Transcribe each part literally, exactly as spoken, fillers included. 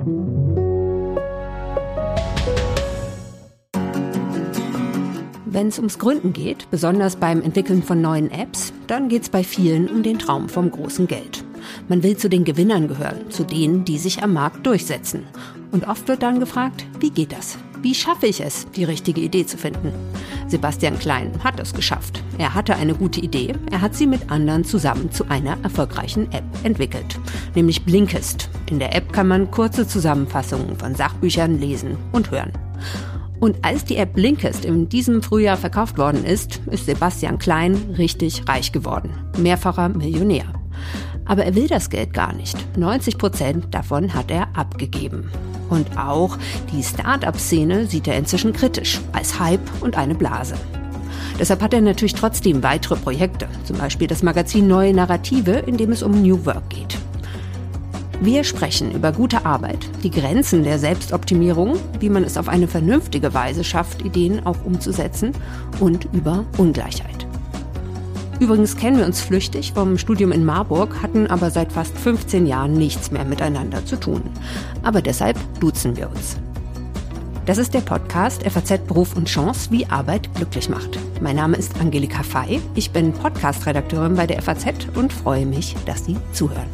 Wenn es ums Gründen geht, besonders beim Entwickeln von neuen Apps, dann geht es bei vielen um den Traum vom großen Geld. Man will zu den Gewinnern gehören, zu denen, die sich am Markt durchsetzen. Und oft wird dann gefragt, wie geht das? Wie schaffe ich es, die richtige Idee zu finden? Sebastian Klein hat es geschafft. Er hatte eine gute Idee, er hat sie mit anderen zusammen zu einer erfolgreichen App entwickelt, nämlich Blinkist. In der App kann man kurze Zusammenfassungen von Sachbüchern lesen und hören. Und als die App Blinkist in diesem Frühjahr verkauft worden ist, ist Sebastian Klein richtig reich geworden. Mehrfacher Millionär. Aber er will das Geld gar nicht. neunzig Prozent davon hat er abgegeben. Und auch die Start-up-Szene sieht er inzwischen kritisch, als Hype und eine Blase. Deshalb hat er natürlich trotzdem weitere Projekte, zum Beispiel das Magazin Neue Narrative, in dem es um New Work geht. Wir sprechen über gute Arbeit, die Grenzen der Selbstoptimierung, wie man es auf eine vernünftige Weise schafft, Ideen auch umzusetzen, und über Ungleichheit. Übrigens kennen wir uns flüchtig vom Studium in Marburg, hatten aber seit fast fünfzehn Jahren nichts mehr miteinander zu tun. Aber deshalb duzen wir uns. Das ist der Podcast F A Z Beruf und Chance, wie Arbeit glücklich macht. Mein Name ist Angelika Fey, ich bin Podcast-Redakteurin bei der F A Z und freue mich, dass Sie zuhören.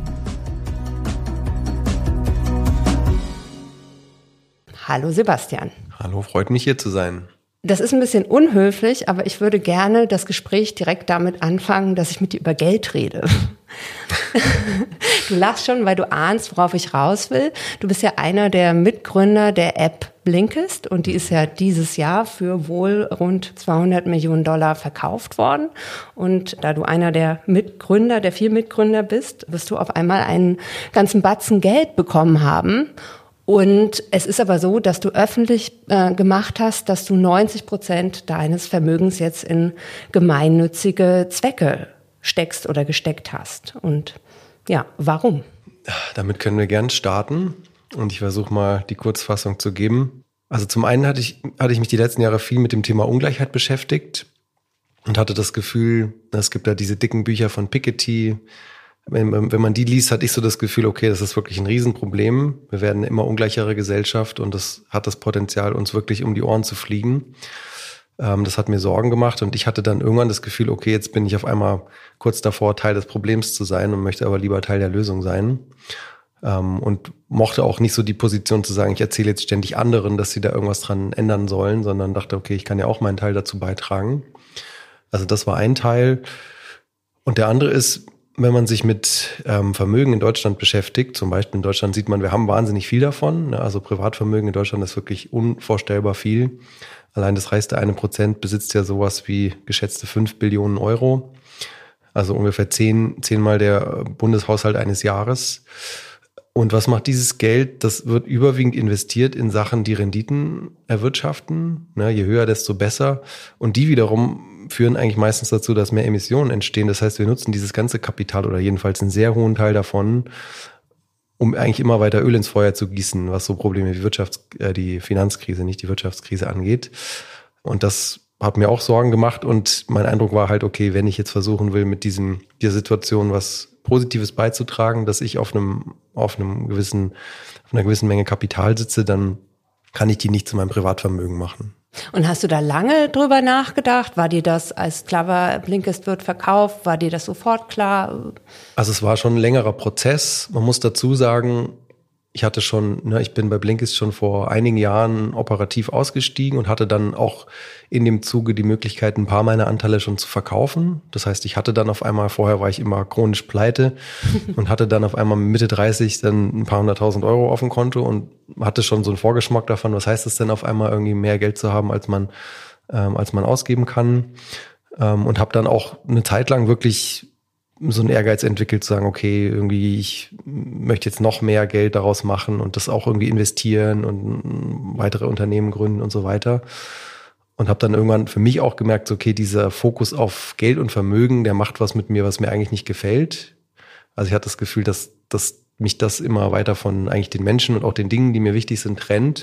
Hallo Sebastian. Hallo, freut mich hier zu sein. Das ist ein bisschen unhöflich, aber ich würde gerne das Gespräch direkt damit anfangen, dass ich mit dir über Geld rede. Du lachst schon, weil du ahnst, worauf ich raus will. Du bist ja einer der Mitgründer der App Blinkist und die ist ja dieses Jahr für wohl rund zweihundert Millionen Dollar verkauft worden. Und da du einer der Mitgründer, der vier Mitgründer bist, wirst du auf einmal einen ganzen Batzen Geld bekommen haben. Und es ist aber so, dass du öffentlich äh, gemacht hast, dass du neunzig Prozent deines Vermögens jetzt in gemeinnützige Zwecke steckst oder gesteckt hast. Und ja, warum? Damit können wir gern starten und ich versuche mal die Kurzfassung zu geben. Also zum einen hatte ich, hatte ich mich die letzten Jahre viel mit dem Thema Ungleichheit beschäftigt und hatte das Gefühl, es gibt da diese dicken Bücher von Piketty. Wenn, wenn man die liest, hatte ich so das Gefühl, okay, das ist wirklich ein Riesenproblem. Wir werden eine immer ungleichere Gesellschaft und das hat das Potenzial, uns wirklich um die Ohren zu fliegen. Ähm, das hat mir Sorgen gemacht und ich hatte dann irgendwann das Gefühl, okay, jetzt bin ich auf einmal kurz davor, Teil des Problems zu sein und möchte aber lieber Teil der Lösung sein. Ähm, und mochte auch nicht so die Position zu sagen, ich erzähle jetzt ständig anderen, dass sie da irgendwas dran ändern sollen, sondern dachte, okay, ich kann ja auch meinen Teil dazu beitragen. Also das war ein Teil. Und der andere ist, wenn man sich mit ähm, Vermögen in Deutschland beschäftigt, zum Beispiel in Deutschland sieht man, wir haben wahnsinnig viel davon. Ne? Also Privatvermögen in Deutschland ist wirklich unvorstellbar viel. Allein das reichste eine Prozent besitzt ja sowas wie geschätzte fünf Billionen Euro. Also ungefähr zehn, zehnmal der Bundeshaushalt eines Jahres. Und was macht dieses Geld? Das wird überwiegend investiert in Sachen, die Renditen erwirtschaften. Ne? Je höher, desto besser. Und die wiederum führen eigentlich meistens dazu, dass mehr Emissionen entstehen. Das heißt, wir nutzen dieses ganze Kapital oder jedenfalls einen sehr hohen Teil davon, um eigentlich immer weiter Öl ins Feuer zu gießen, was so Probleme wie Wirtschafts-, äh, die Finanzkrise, nicht die Wirtschaftskrise angeht. Und das hat mir auch Sorgen gemacht und mein Eindruck war halt, okay, wenn ich jetzt versuchen will, mit diesem, dieser Situation was Positives beizutragen, dass ich auf einem, auf einem gewissen, auf einer gewissen Menge Kapital sitze, dann kann ich die nicht zu meinem Privatvermögen machen. Und hast du da lange drüber nachgedacht? War dir das, als klar war, Blinkist wird verkauft, war dir das sofort klar? Also es war schon ein längerer Prozess. Man muss dazu sagen, ich hatte schon, ne, ich bin bei Blinkist schon vor einigen Jahren operativ ausgestiegen und hatte dann auch in dem Zuge die Möglichkeit, ein paar meiner Anteile schon zu verkaufen. Das heißt, ich hatte dann auf einmal, vorher war ich immer chronisch pleite und hatte dann auf einmal Mitte dreißig dann ein paar hunderttausend Euro auf dem Konto und hatte schon so einen Vorgeschmack davon, was heißt es denn auf einmal irgendwie mehr Geld zu haben, als man, ähm, als man ausgeben kann. Ähm, und habe dann auch eine Zeit lang wirklich so einen Ehrgeiz entwickelt, zu sagen, okay, irgendwie ich möchte jetzt noch mehr Geld daraus machen und das auch irgendwie investieren und weitere Unternehmen gründen und so weiter. Und habe dann irgendwann für mich auch gemerkt, okay, dieser Fokus auf Geld und Vermögen, der macht was mit mir, was mir eigentlich nicht gefällt. Also ich hatte das Gefühl, dass, dass mich das immer weiter von eigentlich den Menschen und auch den Dingen, die mir wichtig sind, trennt.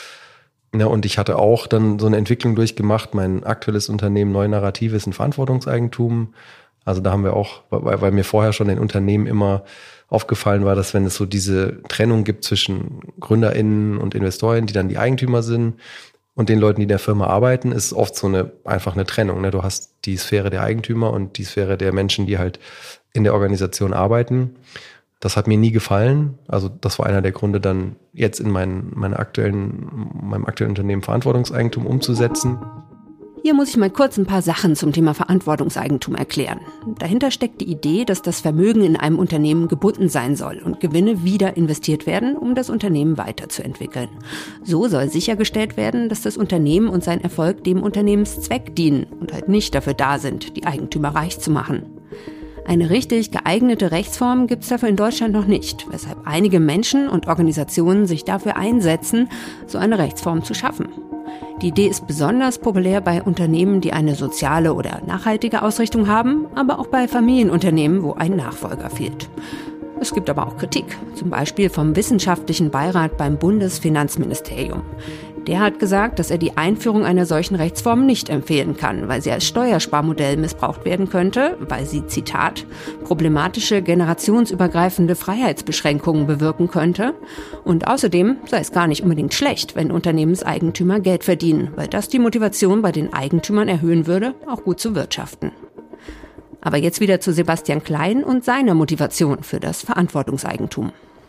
Ja, und ich hatte auch dann so eine Entwicklung durchgemacht. Mein aktuelles Unternehmen Neue Narrative ist ein Verantwortungseigentum. Also da haben wir auch, weil, weil mir vorher schon in Unternehmen immer aufgefallen war, dass wenn es so diese Trennung gibt zwischen GründerInnen und InvestorInnen, die dann die Eigentümer sind, und den Leuten, die in der Firma arbeiten, ist oft so eine einfach eine Trennung. Ne? Du hast die Sphäre der Eigentümer und die Sphäre der Menschen, die halt in der Organisation arbeiten. Das hat mir nie gefallen. Also das war einer der Gründe, dann jetzt in mein, meine aktuellen, meinem aktuellen Unternehmen Verantwortungseigentum umzusetzen. Hier muss ich mal kurz ein paar Sachen zum Thema Verantwortungseigentum erklären. Dahinter steckt die Idee, dass das Vermögen in einem Unternehmen gebunden sein soll und Gewinne wieder investiert werden, um das Unternehmen weiterzuentwickeln. So soll sichergestellt werden, dass das Unternehmen und sein Erfolg dem Unternehmenszweck dienen und halt nicht dafür da sind, die Eigentümer reich zu machen. Eine richtig geeignete Rechtsform gibt es dafür in Deutschland noch nicht, weshalb einige Menschen und Organisationen sich dafür einsetzen, so eine Rechtsform zu schaffen. Die Idee ist besonders populär bei Unternehmen, die eine soziale oder nachhaltige Ausrichtung haben, aber auch bei Familienunternehmen, wo ein Nachfolger fehlt. Es gibt aber auch Kritik, zum Beispiel vom Wissenschaftlichen Beirat beim Bundesfinanzministerium. Der hat gesagt, dass er die Einführung einer solchen Rechtsform nicht empfehlen kann, weil sie als Steuersparmodell missbraucht werden könnte, weil sie, Zitat, problematische generationsübergreifende Freiheitsbeschränkungen bewirken könnte. Und außerdem sei es gar nicht unbedingt schlecht, wenn Unternehmenseigentümer Geld verdienen, weil das die Motivation bei den Eigentümern erhöhen würde, auch gut zu wirtschaften. Aber jetzt wieder zu Sebastian Klein und seiner Motivation für das Verantwortungseigentum.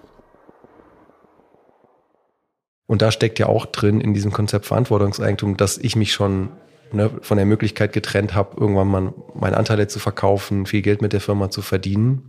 Und da steckt ja auch drin in diesem Konzept Verantwortungseigentum, dass ich mich schon ne, von der Möglichkeit getrennt habe, irgendwann mal meine Anteile zu verkaufen, viel Geld mit der Firma zu verdienen.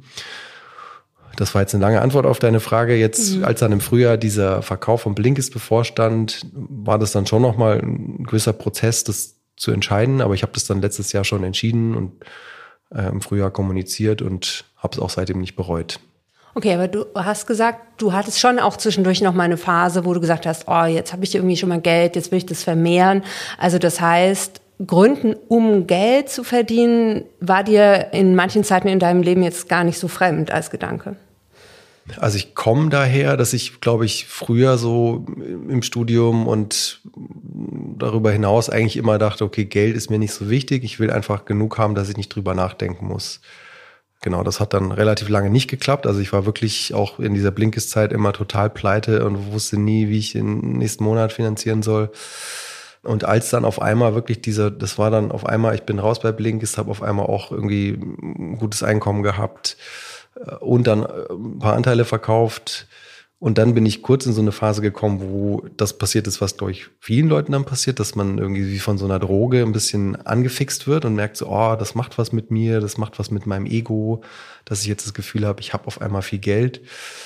Das war jetzt eine lange Antwort auf deine Frage. Jetzt, mhm. als dann im Frühjahr dieser Verkauf von Blinkist bevorstand, war das dann schon nochmal ein gewisser Prozess, das zu entscheiden. Aber ich habe das dann letztes Jahr schon entschieden und äh, im Frühjahr kommuniziert und habe es auch seitdem nicht bereut. Okay, aber du hast gesagt, du hattest schon auch zwischendurch noch mal eine Phase, wo du gesagt hast, oh, jetzt habe ich irgendwie schon mal Geld, jetzt will ich das vermehren. Also das heißt, Gründen, um Geld zu verdienen, war dir in manchen Zeiten in deinem Leben jetzt gar nicht so fremd als Gedanke? Also ich komme daher, dass ich, glaube ich, früher so im Studium und darüber hinaus eigentlich immer dachte, okay, Geld ist mir nicht so wichtig, ich will einfach genug haben, dass ich nicht drüber nachdenken muss. Genau, das hat dann relativ lange nicht geklappt. Also ich war wirklich auch in dieser Blinkist-Zeit immer total pleite und wusste nie, wie ich den nächsten Monat finanzieren soll. Und als dann auf einmal wirklich dieser, das war dann auf einmal, ich bin raus bei Blinkist, habe auf einmal auch irgendwie ein gutes Einkommen gehabt und dann ein paar Anteile verkauft. Und dann bin ich kurz in so eine Phase gekommen, wo das passiert ist, was, glaube ich, vielen Leuten dann passiert, dass man irgendwie wie von so einer Droge ein bisschen angefixt wird und merkt so, oh, das macht was mit mir, das macht was mit meinem Ego, dass ich jetzt das Gefühl habe, ich habe auf einmal viel Geld.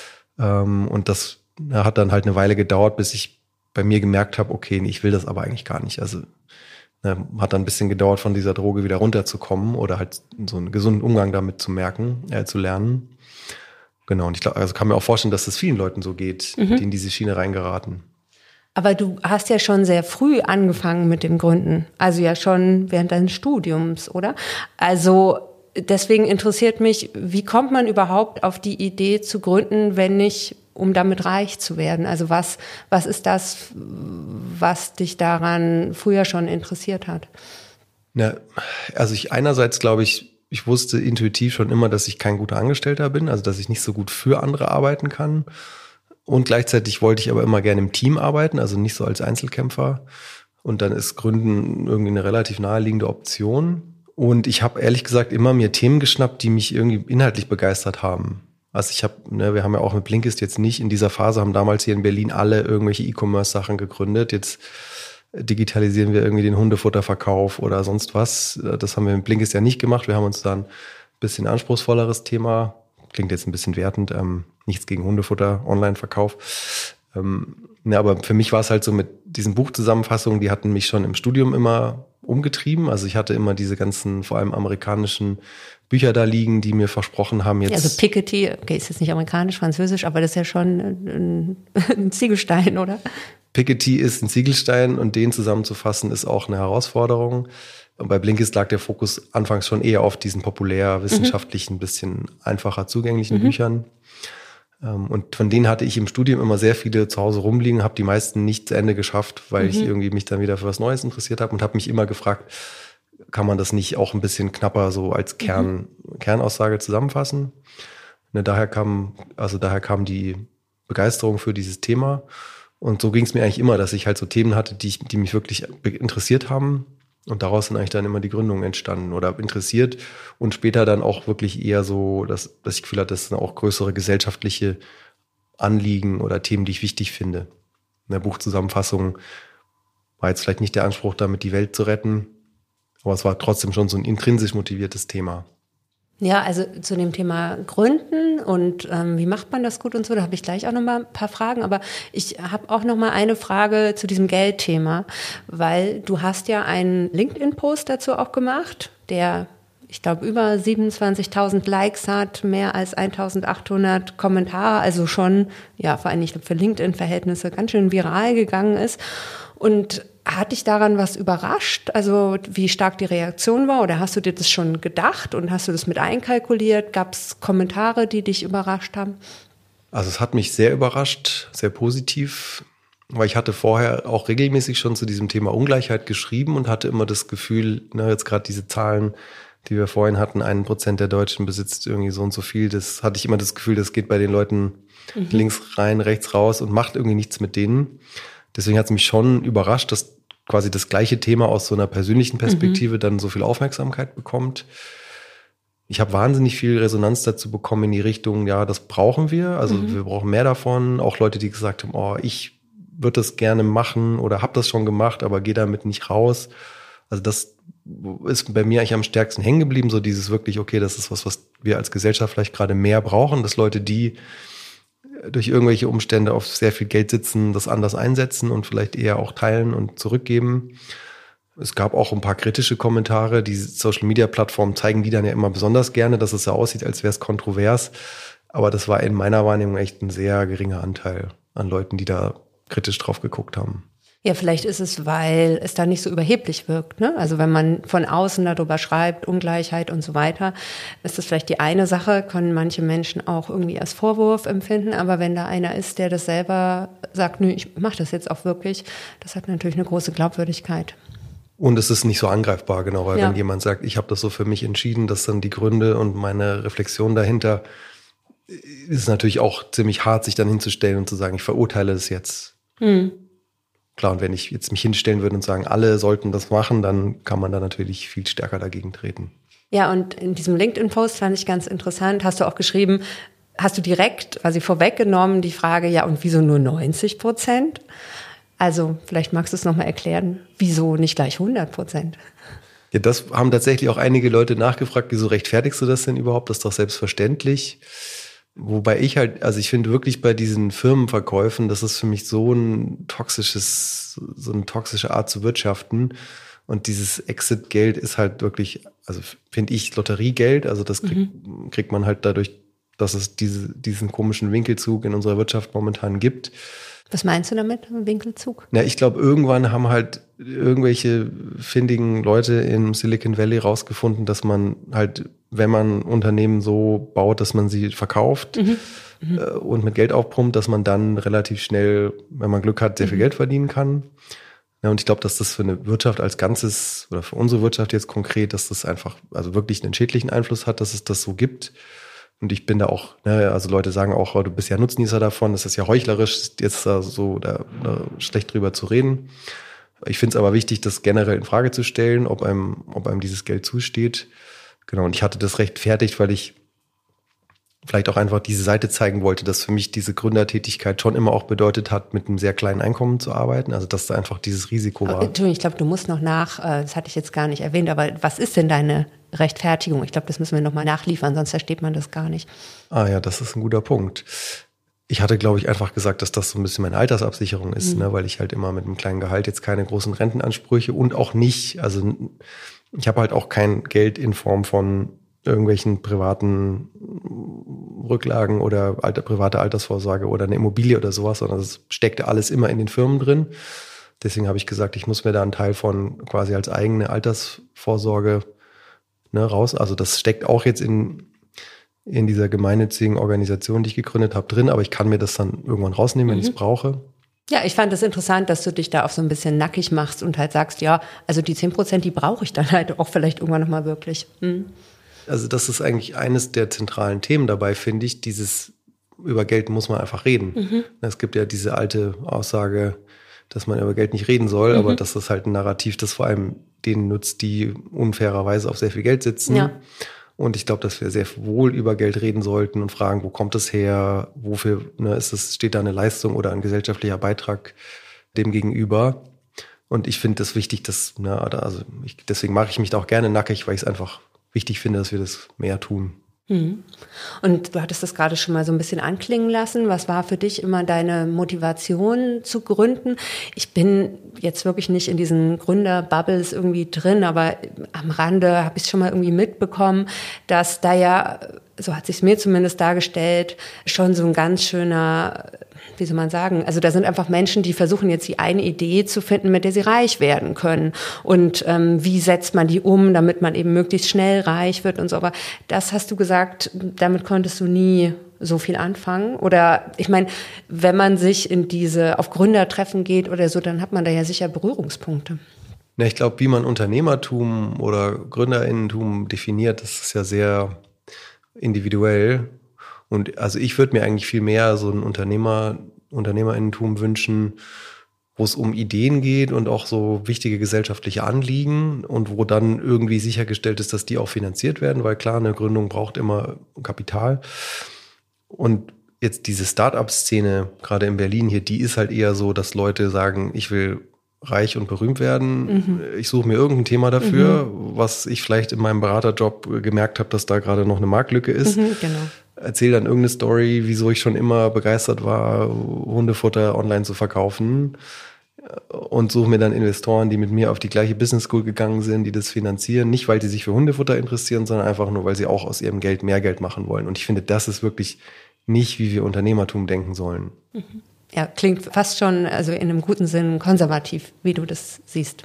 Und das hat dann halt eine Weile gedauert, bis ich bei mir gemerkt habe, okay, ich will das aber eigentlich gar nicht. Also hat dann ein bisschen gedauert, von dieser Droge wieder runterzukommen oder halt so einen gesunden Umgang damit zu merken, äh, zu lernen. Genau, und ich glaube, also kann mir auch vorstellen, dass das vielen Leuten so geht, mhm. die in diese Schiene reingeraten. Aber du hast ja schon sehr früh angefangen mit dem Gründen. Also ja schon während deines Studiums, oder? Also deswegen interessiert mich, wie kommt man überhaupt auf die Idee zu gründen, wenn nicht, um damit reich zu werden? Also was, was ist das, was dich daran früher schon interessiert hat? Na, also ich einerseits glaube ich, Ich wusste intuitiv schon immer, dass ich kein guter Angestellter bin, also dass ich nicht so gut für andere arbeiten kann. Und gleichzeitig wollte ich aber immer gerne im Team arbeiten, also nicht so als Einzelkämpfer. Und dann ist Gründen irgendwie eine relativ naheliegende Option. Und ich habe ehrlich gesagt immer mir Themen geschnappt, die mich irgendwie inhaltlich begeistert haben. Also ich habe, ne, wir haben ja auch mit Blinkist jetzt nicht in dieser Phase, haben damals hier in Berlin alle irgendwelche E-Commerce-Sachen gegründet. Jetzt digitalisieren wir irgendwie den Hundefutterverkauf oder sonst was. Das haben wir mit Blinkist ja nicht gemacht. Wir haben uns dann ein bisschen anspruchsvolleres Thema, klingt jetzt ein bisschen wertend, ähm, nichts gegen Hundefutter, Online-Verkauf. Ähm, ja, aber für mich war es halt so mit diesen Buchzusammenfassungen, die hatten mich schon im Studium immer umgetrieben. Also ich hatte immer diese ganzen, vor allem amerikanischen Bücher da liegen, die mir versprochen haben jetzt. Ja, also Piketty, okay, ist jetzt nicht amerikanisch, französisch, aber das ist ja schon ein, ein Ziegelstein, oder? Piketty ist ein Ziegelstein und den zusammenzufassen ist auch eine Herausforderung. Und bei Blinkist lag der Fokus anfangs schon eher auf diesen populär wissenschaftlichen, mhm. bisschen einfacher zugänglichen mhm. Büchern. Und von denen hatte ich im Studium immer sehr viele zu Hause rumliegen, habe die meisten nicht zu Ende geschafft, weil mhm. ich irgendwie mich dann wieder für was Neues interessiert habe und habe mich immer gefragt, kann man das nicht auch ein bisschen knapper so als Kern, mhm. Kernaussage zusammenfassen? Ne, daher kam, also daher kam die Begeisterung für dieses Thema. Und so ging es mir eigentlich immer, dass ich halt so Themen hatte, die, ich, die mich wirklich interessiert haben. Und daraus sind eigentlich dann immer die Gründungen entstanden oder interessiert. Und später dann auch wirklich eher so, dass, dass ich das Gefühl hatte, das sind auch größere gesellschaftliche Anliegen oder Themen, die ich wichtig finde. In der Buchzusammenfassung war jetzt vielleicht nicht der Anspruch, damit die Welt zu retten, aber es war trotzdem schon so ein intrinsisch motiviertes Thema. Ja, also zu dem Thema Gründen und ähm, wie macht man das gut und so, da habe ich gleich auch noch mal ein paar Fragen. Aber ich habe auch noch mal eine Frage zu diesem Geldthema, weil du hast ja einen LinkedIn-Post dazu auch gemacht, der, ich glaube, über siebenundzwanzigtausend Likes hat, mehr als eintausendachthundert Kommentare, also schon, ja, vor allem ich glaube für LinkedIn-Verhältnisse ganz schön viral gegangen ist. Und hat dich daran was überrascht? Also wie stark die Reaktion war? Oder hast du dir das schon gedacht und hast du das mit einkalkuliert? Gab es Kommentare, die dich überrascht haben? Also es hat mich sehr überrascht, sehr positiv, weil ich hatte vorher auch regelmäßig schon zu diesem Thema Ungleichheit geschrieben und hatte immer das Gefühl, na, jetzt gerade diese Zahlen, die wir vorhin hatten, ein Prozent der Deutschen besitzt irgendwie so und so viel. Das hatte ich immer das Gefühl, das geht bei den Leuten mhm. links rein, rechts raus und macht irgendwie nichts mit denen. Deswegen hat es mich schon überrascht, dass quasi das gleiche Thema aus so einer persönlichen Perspektive mhm. dann so viel Aufmerksamkeit bekommt. Ich habe wahnsinnig viel Resonanz dazu bekommen in die Richtung, ja, das brauchen wir. Also mhm. wir brauchen mehr davon. Auch Leute, die gesagt haben, oh, ich würde das gerne machen oder habe das schon gemacht, aber gehe damit nicht raus. Also das ist bei mir eigentlich am stärksten hängen geblieben, so dieses wirklich, okay, das ist was, was wir als Gesellschaft vielleicht gerade mehr brauchen, dass Leute, die durch irgendwelche Umstände auf sehr viel Geld sitzen, das anders einsetzen und vielleicht eher auch teilen und zurückgeben. Es gab auch ein paar kritische Kommentare. Die Social-Media-Plattformen zeigen die dann ja immer besonders gerne, dass es so aussieht, als wäre es kontrovers. Aber das war in meiner Wahrnehmung echt ein sehr geringer Anteil an Leuten, die da kritisch drauf geguckt haben. Ja, vielleicht ist es, weil es da nicht so überheblich wirkt, ne? Also wenn man von außen darüber schreibt, Ungleichheit und so weiter, ist das vielleicht die eine Sache, können manche Menschen auch irgendwie als Vorwurf empfinden. Aber wenn da einer ist, der das selber sagt, nö, ich mache das jetzt auch wirklich, das hat natürlich eine große Glaubwürdigkeit. Und es ist nicht so angreifbar, genau, weil ja. wenn jemand sagt, ich habe das so für mich entschieden, das sind die Gründe und meine Reflexion dahinter, ist es natürlich auch ziemlich hart, sich dann hinzustellen und zu sagen, ich verurteile es jetzt. Hm. Klar, und wenn ich jetzt mich hinstellen würde und sagen, alle sollten das machen, dann kann man da natürlich viel stärker dagegen treten. Ja, und in diesem LinkedIn-Post fand ich ganz interessant, hast du auch geschrieben, hast du direkt quasi vorweggenommen die Frage, ja, und wieso nur neunzig Prozent? Also vielleicht magst du es nochmal erklären, wieso nicht gleich hundert Prozent? Ja, das haben tatsächlich auch einige Leute nachgefragt, wieso rechtfertigst du das denn überhaupt? Das ist doch selbstverständlich. Wobei ich halt, also ich finde wirklich bei diesen Firmenverkäufen, das ist für mich so ein toxisches, so eine toxische Art zu wirtschaften. Und dieses Exit-Geld ist halt wirklich, also finde ich, Lotteriegeld. Also das krieg, mhm. kriegt man halt dadurch, dass es diese, diesen komischen Winkelzug in unserer Wirtschaft momentan gibt. Was meinst du damit, Winkelzug? Na, ich glaube, irgendwann haben halt irgendwelche findigen Leute im Silicon Valley rausgefunden, dass man halt, wenn man Unternehmen so baut, dass man sie verkauft mhm. Mhm. Äh, und mit Geld aufpumpt, dass man dann relativ schnell, wenn man Glück hat, sehr viel mhm. Geld verdienen kann. Ja, und ich glaube, dass das für eine Wirtschaft als Ganzes oder für unsere Wirtschaft jetzt konkret, dass das einfach also wirklich einen schädlichen Einfluss hat, dass es das so gibt. Und ich bin da auch, ne, also Leute sagen auch, oh, du bist ja Nutznießer davon, das ist ja heuchlerisch, jetzt da so da, da schlecht drüber zu reden. Ich finde es aber wichtig, das generell in Frage zu stellen, ob einem, ob einem dieses Geld zusteht. Genau, und ich hatte das rechtfertigt, weil ich vielleicht auch einfach diese Seite zeigen wollte, dass für mich diese Gründertätigkeit schon immer auch bedeutet hat, mit einem sehr kleinen Einkommen zu arbeiten. Also dass da einfach dieses Risiko war. Entschuldigung, ich glaube, du musst noch nach, das hatte ich jetzt gar nicht erwähnt, aber was ist denn deine Rechtfertigung? Ich glaube, das müssen wir nochmal nachliefern, sonst versteht man das gar nicht. Ah ja, das ist ein guter Punkt. Ich hatte, glaube ich, einfach gesagt, dass das so ein bisschen meine Altersabsicherung ist, mhm. ne, weil ich halt immer mit einem kleinen Gehalt jetzt keine großen Rentenansprüche und auch nicht, also ich habe halt auch kein Geld in Form von irgendwelchen privaten Rücklagen oder alte, private Altersvorsorge oder eine Immobilie oder sowas, sondern das steckte alles immer in den Firmen drin. Deswegen habe ich gesagt, ich muss mir da einen Teil von quasi als eigene Altersvorsorge ne, raus. Also das steckt auch jetzt in, in dieser gemeinnützigen Organisation, die ich gegründet habe, drin, aber ich kann mir das dann irgendwann rausnehmen, wenn mhm. ich es brauche. Ja, ich fand es das interessant, dass du dich da auch so ein bisschen nackig machst und halt sagst, ja, also die zehn Prozent, die brauche ich dann halt auch vielleicht irgendwann nochmal wirklich. Hm. Also das ist eigentlich eines der zentralen Themen dabei, finde ich, dieses über Geld muss man einfach reden. Mhm. Es gibt ja diese alte Aussage, dass man über Geld nicht reden soll, mhm. aber das ist halt ein Narrativ, das vor allem denen nutzt, die unfairerweise auf sehr viel Geld sitzen. Ja. Und ich glaube, dass wir sehr wohl über Geld reden sollten und fragen, wo kommt es her, wofür ne, ist es, steht da eine Leistung oder ein gesellschaftlicher Beitrag dem gegenüber. Und ich finde das wichtig, dass, ne, also ich, deswegen mache ich mich da auch gerne nackig, weil ich es einfach wichtig finde, dass wir das mehr tun. Und du hattest das gerade schon mal so ein bisschen anklingen lassen. Was war für dich immer deine Motivation zu gründen? Ich bin jetzt wirklich nicht in diesen Gründerbubbles irgendwie drin, aber am Rande habe ich es schon mal irgendwie mitbekommen, dass da ja, so hat es sich mir zumindest dargestellt, schon so ein ganz schöner, wie soll man sagen, also da sind einfach Menschen, die versuchen jetzt die eine Idee zu finden, mit der sie reich werden können. Und ähm, wie setzt man die um, damit man eben möglichst schnell reich wird und so. Aber das hast du gesagt, damit konntest du nie so viel anfangen. Oder ich meine, wenn man sich in diese, auf Gründertreffen geht oder so, dann hat man da ja sicher Berührungspunkte. Ja, ich glaube, wie man Unternehmertum oder GründerInnentum definiert, das ist ja sehr individuell. Und also ich würde mir eigentlich viel mehr so ein Unternehmer, UnternehmerInnentum wünschen, wo es um Ideen geht und auch so wichtige gesellschaftliche Anliegen und wo dann irgendwie sichergestellt ist, dass die auch finanziert werden, weil klar, eine Gründung braucht immer Kapital. Und jetzt diese Start-up-Szene, gerade in Berlin hier, die ist halt eher so, dass Leute sagen, ich will reich und berühmt werden. Mhm. Ich suche mir irgendein Thema dafür, mhm. was ich vielleicht in meinem Beraterjob gemerkt habe, dass da gerade noch eine Marktlücke ist. Mhm, genau. Erzähle dann irgendeine Story, wieso ich schon immer begeistert war, Hundefutter online zu verkaufen und suche mir dann Investoren, die mit mir auf die gleiche Business School gegangen sind, die das finanzieren. Nicht, weil sie sich für Hundefutter interessieren, sondern einfach nur, weil sie auch aus ihrem Geld mehr Geld machen wollen. Und ich finde, das ist wirklich nicht, wie wir Unternehmertum denken sollen. Mhm. Ja, klingt fast schon, also in einem guten Sinn konservativ, wie du das siehst.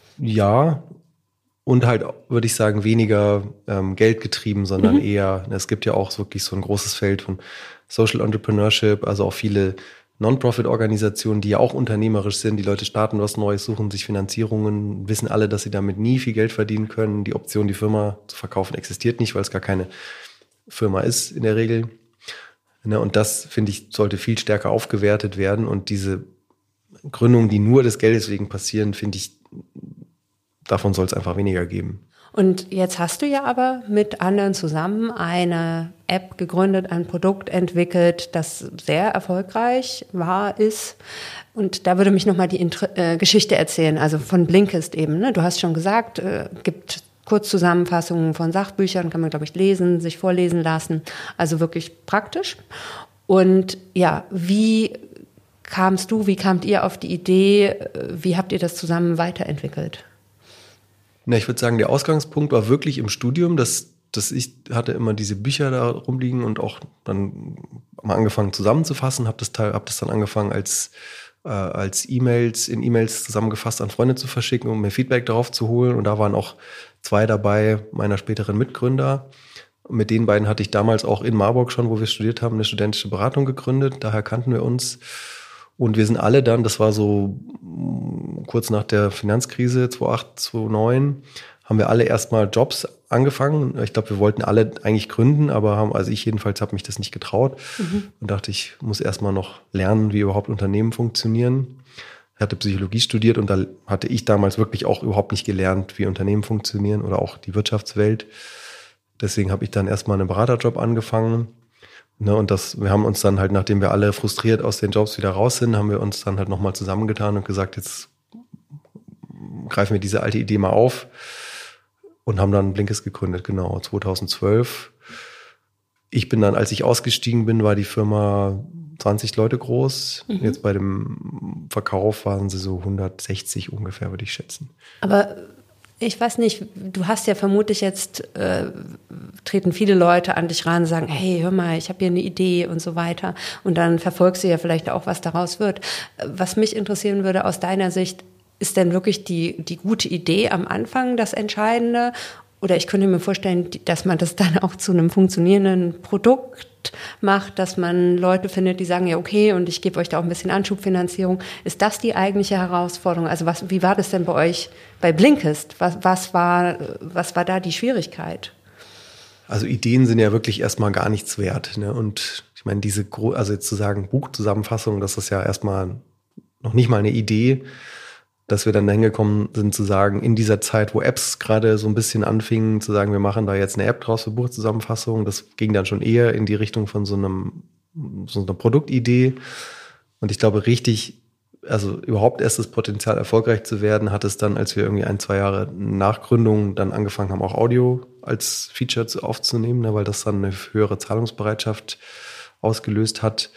Ja, und halt, würde ich sagen, weniger ähm, geldgetrieben, sondern mhm. eher, es gibt ja auch wirklich so ein großes Feld von Social Entrepreneurship, also auch viele Non-Profit-Organisationen, die ja auch unternehmerisch sind. Die Leute starten was Neues, suchen sich Finanzierungen, wissen alle, dass sie damit nie viel Geld verdienen können. Die Option, die Firma zu verkaufen, existiert nicht, weil es gar keine Firma ist in der Regel. Ne, und das, finde ich, sollte viel stärker aufgewertet werden. Und diese Gründungen, die nur des Geldes wegen passieren, finde ich, davon soll es einfach weniger geben. Und jetzt hast du ja aber mit anderen zusammen eine App gegründet, ein Produkt entwickelt, das sehr erfolgreich war, ist. Und da würde mich nochmal die Intr- äh, Geschichte erzählen, also von Blinkist eben. Ne? Du hast schon gesagt, äh, gibt Kurzzusammenfassungen von Sachbüchern, kann man, glaube ich, lesen, sich vorlesen lassen. Also wirklich praktisch. Und ja, wie kamst du, wie kamt ihr auf die Idee, wie habt ihr das zusammen weiterentwickelt? Na, ich würde sagen, der Ausgangspunkt war wirklich im Studium, dass, dass ich hatte immer diese Bücher da rumliegen und auch dann mal angefangen zusammenzufassen, habe das, hab das dann angefangen als äh, als E-Mails, in E-Mails zusammengefasst an Freunde zu verschicken, um mir Feedback darauf zu holen. Und da waren auch zwei dabei, meiner späteren Mitgründer. Und mit den beiden hatte ich damals auch in Marburg schon, wo wir studiert haben, eine studentische Beratung gegründet. Daher kannten wir uns. Und wir sind alle dann, das war so kurz nach der Finanzkrise zweitausendacht, zweitausendneun, haben wir alle erstmal Jobs angefangen. Ich glaube, wir wollten alle eigentlich gründen, aber haben, also ich jedenfalls habe mich das nicht getraut mhm. und dachte, ich muss erstmal noch lernen, wie überhaupt Unternehmen funktionieren. Ich hatte Psychologie studiert und da hatte ich damals wirklich auch überhaupt nicht gelernt, wie Unternehmen funktionieren oder auch die Wirtschaftswelt. Deswegen habe ich dann erstmal einen Beraterjob angefangen. Ne, und das, wir haben uns dann halt, nachdem wir alle frustriert aus den Jobs wieder raus sind, haben wir uns dann halt nochmal zusammengetan und gesagt, jetzt greifen wir diese alte Idee mal auf und haben dann Blinkist gegründet, genau, zweitausendzwölf. Ich bin dann, als ich ausgestiegen bin, war die Firma zwanzig Leute groß. Mhm. Jetzt bei dem Verkauf waren sie so hundertsechzig ungefähr, würde ich schätzen. Aber ich weiß nicht, du hast ja vermutlich jetzt, äh, treten viele Leute an dich ran und sagen, hey, hör mal, ich habe hier eine Idee und so weiter. Und dann verfolgst du ja vielleicht auch, was daraus wird. Was mich interessieren würde aus deiner Sicht, ist denn wirklich die, die gute Idee am Anfang das Entscheidende? Oder ich könnte mir vorstellen, dass man das dann auch zu einem funktionierenden Produkt macht, dass man Leute findet, die sagen, ja okay, und ich gebe euch da auch ein bisschen Anschubfinanzierung. Ist das die eigentliche Herausforderung? Also was, wie war das denn bei euch bei Blinkist? Was, was war, was war da die Schwierigkeit? Also Ideen sind ja wirklich erstmal gar nichts wert. Ne? Und ich meine, diese, also jetzt zu sagen Buchzusammenfassung, das ist ja erstmal noch nicht mal eine Idee, dass wir dann dahin gekommen sind zu sagen, in dieser Zeit, wo Apps gerade so ein bisschen anfingen, zu sagen, wir machen da jetzt eine App draus für Buchzusammenfassung. Das ging dann schon eher in die Richtung von so einem so einer Produktidee. Und ich glaube, richtig, also überhaupt erst das Potenzial, erfolgreich zu werden, hat es dann, als wir irgendwie ein, zwei Jahre nach Gründung dann angefangen haben, auch Audio als Feature aufzunehmen, ne, weil das dann eine höhere Zahlungsbereitschaft ausgelöst hat.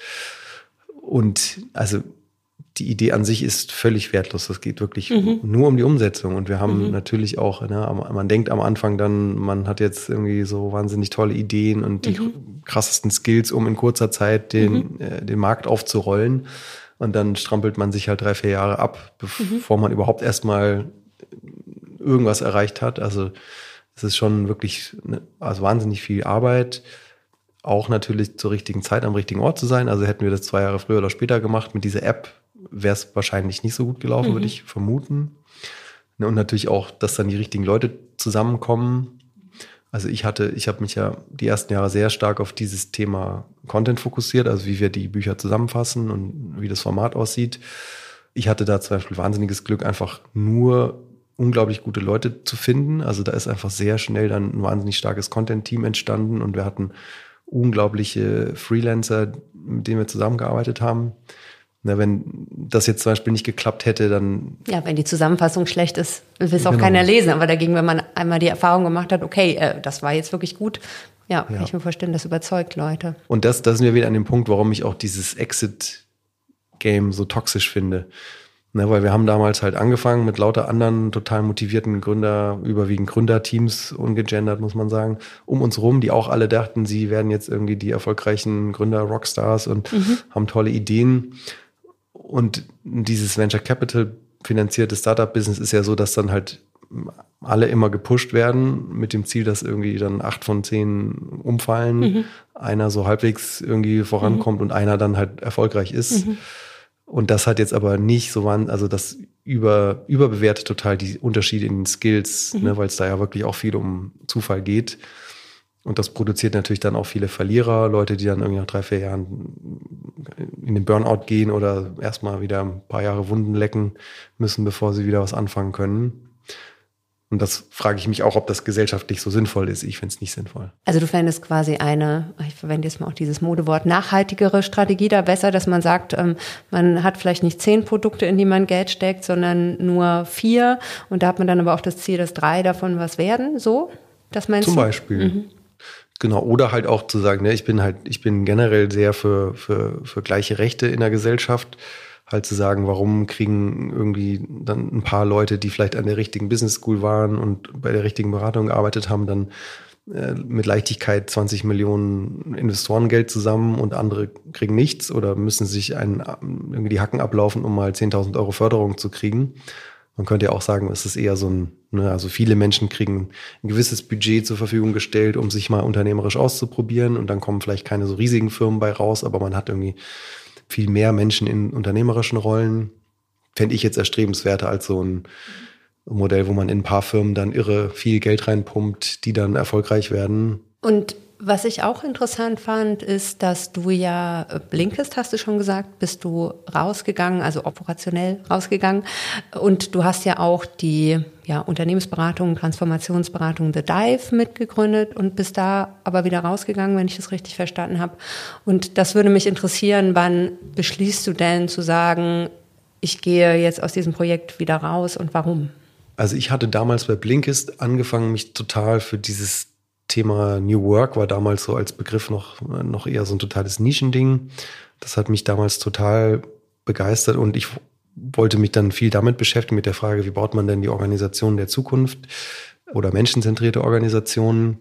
Und also die Idee an sich ist völlig wertlos. Das geht wirklich mhm. nur um die Umsetzung. Und wir haben mhm. natürlich auch, ne, man denkt am Anfang dann, man hat jetzt irgendwie so wahnsinnig tolle Ideen und die mhm. krassesten Skills, um in kurzer Zeit den, mhm. äh, den Markt aufzurollen. Und dann strampelt man sich halt drei, vier Jahre ab, bevor mhm. man überhaupt erstmal irgendwas erreicht hat. Also es ist schon wirklich ne, also wahnsinnig viel Arbeit. Auch natürlich zur richtigen Zeit am richtigen Ort zu sein. Also hätten wir das zwei Jahre früher oder später gemacht mit dieser App, wäre es wahrscheinlich nicht so gut gelaufen, mhm. würde ich vermuten. Und natürlich auch, dass dann die richtigen Leute zusammenkommen. Also ich hatte, ich habe mich ja die ersten Jahre sehr stark auf dieses Thema Content fokussiert, also wie wir die Bücher zusammenfassen und wie das Format aussieht. Ich hatte da zum Beispiel wahnsinniges Glück, einfach nur unglaublich gute Leute zu finden. Also da ist einfach sehr schnell dann ein wahnsinnig starkes Content-Team entstanden und wir hatten unglaubliche Freelancer, mit denen wir zusammengearbeitet haben. Na, wenn das jetzt zum Beispiel nicht geklappt hätte, dann... Ja, wenn die Zusammenfassung schlecht ist, will es auch genau. keiner lesen. Aber dagegen, wenn man einmal die Erfahrung gemacht hat, okay, äh, das war jetzt wirklich gut, ja, kann ja. ich mir vorstellen, das überzeugt Leute. Und das, das sind wir wieder an dem Punkt, warum ich auch dieses Exit-Game so toxisch finde. Na, weil wir haben damals halt angefangen mit lauter anderen total motivierten Gründer, überwiegend Gründerteams, ungegendert muss man sagen, um uns rum, die auch alle dachten, sie werden jetzt irgendwie die erfolgreichen Gründer, Rockstars und mhm. haben tolle Ideen. Und dieses Venture Capital finanzierte Startup-Business ist ja so, dass dann halt alle immer gepusht werden mit dem Ziel, dass irgendwie dann acht von zehn umfallen, mhm. einer so halbwegs irgendwie vorankommt mhm. und einer dann halt erfolgreich ist. Mhm. Und das hat jetzt aber nicht so, also das über, überbewertet total die Unterschiede in den Skills, mhm. ne, weil es da ja wirklich auch viel um Zufall geht. Und das produziert natürlich dann auch viele Verlierer, Leute, die dann irgendwie nach drei, vier Jahren in den Burnout gehen oder erstmal wieder ein paar Jahre Wunden lecken müssen, bevor sie wieder was anfangen können. Und das frage ich mich auch, ob das gesellschaftlich so sinnvoll ist. Ich finde es nicht sinnvoll. Also du fändest quasi eine, ich verwende jetzt mal auch dieses Modewort, nachhaltigere Strategie da besser, dass man sagt, man hat vielleicht nicht zehn Produkte, in die man Geld steckt, sondern nur vier. Und da hat man dann aber auch das Ziel, dass drei davon was werden, so? Das meinst du? Zum Beispiel. Mhm. Genau, oder halt auch zu sagen, ne, ich bin halt, ich bin generell sehr für, für, für gleiche Rechte in der Gesellschaft. Halt zu sagen, warum kriegen irgendwie dann ein paar Leute, die vielleicht an der richtigen Business School waren und bei der richtigen Beratung gearbeitet haben, dann äh, mit Leichtigkeit zwanzig Millionen Investorengeld zusammen und andere kriegen nichts oder müssen sich einen, irgendwie die Hacken ablaufen, um mal zehntausend Euro Förderung zu kriegen. Man könnte ja auch sagen, es ist eher so ein, ne, also viele Menschen kriegen ein gewisses Budget zur Verfügung gestellt, um sich mal unternehmerisch auszuprobieren und dann kommen vielleicht keine so riesigen Firmen bei raus, aber man hat irgendwie viel mehr Menschen in unternehmerischen Rollen. Fände ich jetzt erstrebenswerter als so ein Modell, wo man in ein paar Firmen dann irre viel Geld reinpumpt, die dann erfolgreich werden. Und was ich auch interessant fand, ist, dass du ja, Blinkist hast du schon gesagt, bist du rausgegangen, also operationell rausgegangen. Und du hast ja auch die ja, Unternehmensberatung, Transformationsberatung The Dive mitgegründet und bist da aber wieder rausgegangen, wenn ich das richtig verstanden habe. Und das würde mich interessieren, wann beschließt du denn zu sagen, ich gehe jetzt aus diesem Projekt wieder raus und warum? Also ich hatte damals bei Blinkist angefangen, mich total für dieses Thema New Work war damals so als Begriff noch, noch eher so ein totales Nischending. Das hat mich damals total begeistert und ich wollte mich dann viel damit beschäftigen, mit der Frage, wie baut man denn die Organisation der Zukunft oder menschenzentrierte Organisationen.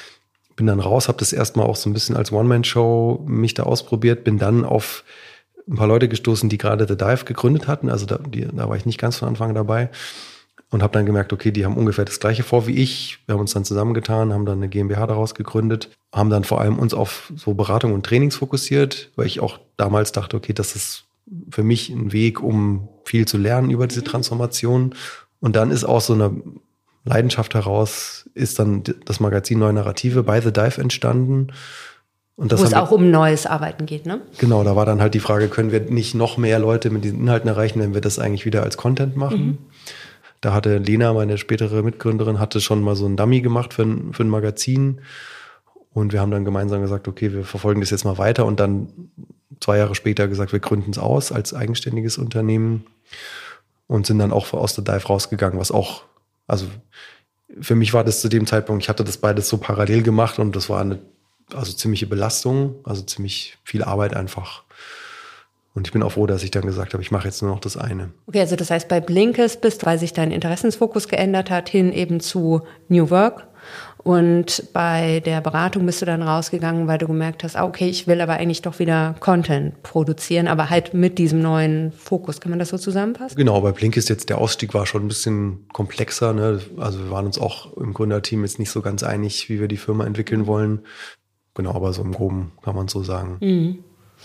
Bin dann raus, habe das erstmal auch so ein bisschen als One-Man-Show mich da ausprobiert, bin dann auf ein paar Leute gestoßen, die gerade The Dive gegründet hatten. Also da, die, da war ich nicht ganz von Anfang dabei. und habe dann gemerkt, okay, die haben ungefähr das Gleiche vor wie ich. Wir haben uns dann zusammengetan, haben dann eine GmbH daraus gegründet, haben dann vor allem uns auf so Beratung und Trainings fokussiert, weil ich auch damals dachte, okay, das ist für mich ein Weg, um viel zu lernen über diese Transformation. Und dann ist aus so einer Leidenschaft heraus, ist dann das Magazin Neue Narrative bei The Dive entstanden. Und das Wo es wir, auch um neues Arbeiten geht, ne? Genau, da war dann halt die Frage, können wir nicht noch mehr Leute mit diesen Inhalten erreichen, wenn wir das eigentlich wieder als Content machen? Mhm. Da hatte Lena, meine spätere Mitgründerin, hatte schon mal so ein Dummy gemacht für ein, für ein Magazin. Und wir haben dann gemeinsam gesagt, okay, wir verfolgen das jetzt mal weiter. Und dann zwei Jahre später gesagt, wir gründen es aus als eigenständiges Unternehmen. Und sind dann auch aus der Dive rausgegangen, was auch, also für mich war das zu dem Zeitpunkt, ich hatte das beides so parallel gemacht und das war eine also ziemliche Belastung, also ziemlich viel Arbeit einfach. Und ich bin auch froh, dass ich dann gesagt habe, ich mache jetzt nur noch das eine. Okay, also das heißt, bei Blinkist bist du, weil sich dein Interessensfokus geändert hat, hin eben zu New Work. Und bei der Beratung bist du dann rausgegangen, weil du gemerkt hast, ah, okay, ich will aber eigentlich doch wieder Content produzieren, aber halt mit diesem neuen Fokus. Kann man das so zusammenfassen? Genau, bei Blinkist jetzt der Ausstieg war schon ein bisschen komplexer, ne? Also wir waren uns auch im Gründerteam jetzt nicht so ganz einig, wie wir die Firma entwickeln wollen. Genau, aber so im Groben kann man so sagen. Mhm.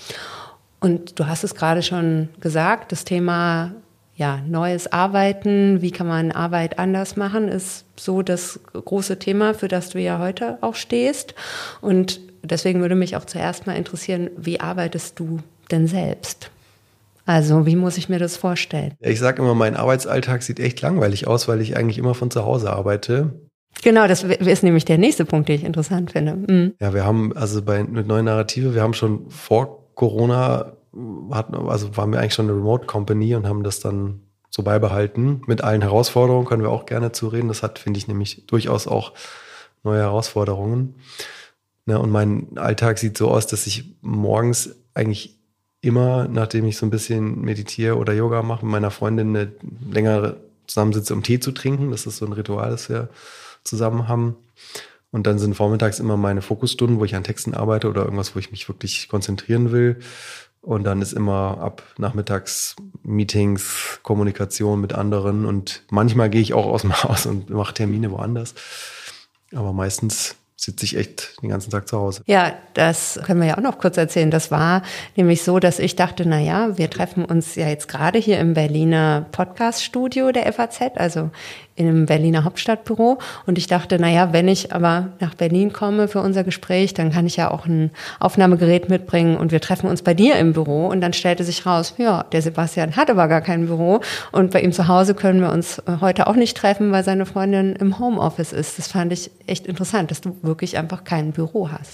Und du hast es gerade schon gesagt, das Thema ja, neues Arbeiten, wie kann man Arbeit anders machen, ist so das große Thema, für das du ja heute auch stehst. Und deswegen würde mich auch zuerst mal interessieren, wie arbeitest du denn selbst? Also wie muss ich mir das vorstellen? Ich sage immer, mein Arbeitsalltag sieht echt langweilig aus, weil ich eigentlich immer von zu Hause arbeite. Genau, das ist nämlich der nächste Punkt, den ich interessant finde. Mhm. Ja, wir haben also bei mit Neue Narrative, wir haben schon vor Corona, hatten, also waren wir eigentlich schon eine Remote Company und haben das dann so beibehalten. Mit allen Herausforderungen können wir auch gerne zureden. Das hat, finde ich, nämlich durchaus auch neue Herausforderungen. Ja, und mein Alltag sieht so aus, dass ich morgens eigentlich immer, nachdem ich so ein bisschen meditiere oder Yoga mache, mit meiner Freundin eine längere zusammensitze, um Tee zu trinken. Das ist so ein Ritual, das wir zusammen haben. Und dann sind vormittags immer meine Fokusstunden, wo ich an Texten arbeite oder irgendwas, wo ich mich wirklich konzentrieren will. Und dann ist immer ab nachmittags Meetings, Kommunikation mit anderen. Und manchmal gehe ich auch aus dem Haus und mache Termine woanders. Aber meistens sitze ich echt den ganzen Tag zu Hause. Ja, das können wir ja auch noch kurz erzählen. Das war nämlich so, dass ich dachte, na ja, wir treffen uns ja jetzt gerade hier im Berliner Podcast-Studio der F A Z, also im Berliner Hauptstadtbüro. Und ich dachte, na ja, wenn ich aber nach Berlin komme für unser Gespräch, dann kann ich ja auch ein Aufnahmegerät mitbringen und wir treffen uns bei dir im Büro. Und dann stellte sich raus, ja, der Sebastian hat aber gar kein Büro und bei ihm zu Hause können wir uns heute auch nicht treffen, weil seine Freundin im Homeoffice ist. Das fand ich echt interessant, dass du wirklich einfach kein Büro hast.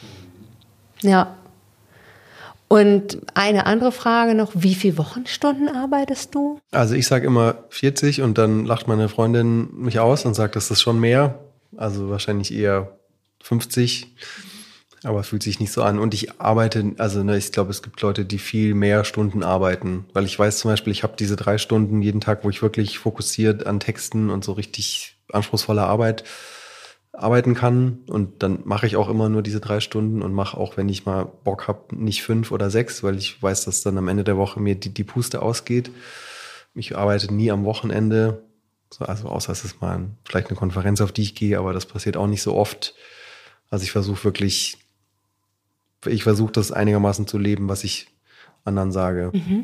Ja. Und eine andere Frage noch, wie viele Wochenstunden arbeitest du? Also ich sage immer vierzig und dann lacht meine Freundin mich aus und sagt, das ist schon mehr. Also wahrscheinlich eher fünfzig, aber es fühlt sich nicht so an. Und ich arbeite, also ne, ich glaube, es gibt Leute, die viel mehr Stunden arbeiten. Weil ich weiß zum Beispiel, ich habe diese drei Stunden jeden Tag, wo ich wirklich fokussiert an Texten und so richtig anspruchsvolle Arbeit arbeiten kann, und dann mache ich auch immer nur diese drei Stunden und mache auch, wenn ich mal Bock habe, nicht fünf oder sechs, weil ich weiß, dass dann am Ende der Woche mir die, die Puste ausgeht. Ich arbeite nie am Wochenende, also außer es ist mal vielleicht eine Konferenz, auf die ich gehe, aber das passiert auch nicht so oft. Also ich versuche wirklich, ich versuche das einigermaßen zu leben, was ich anderen sage. Mhm.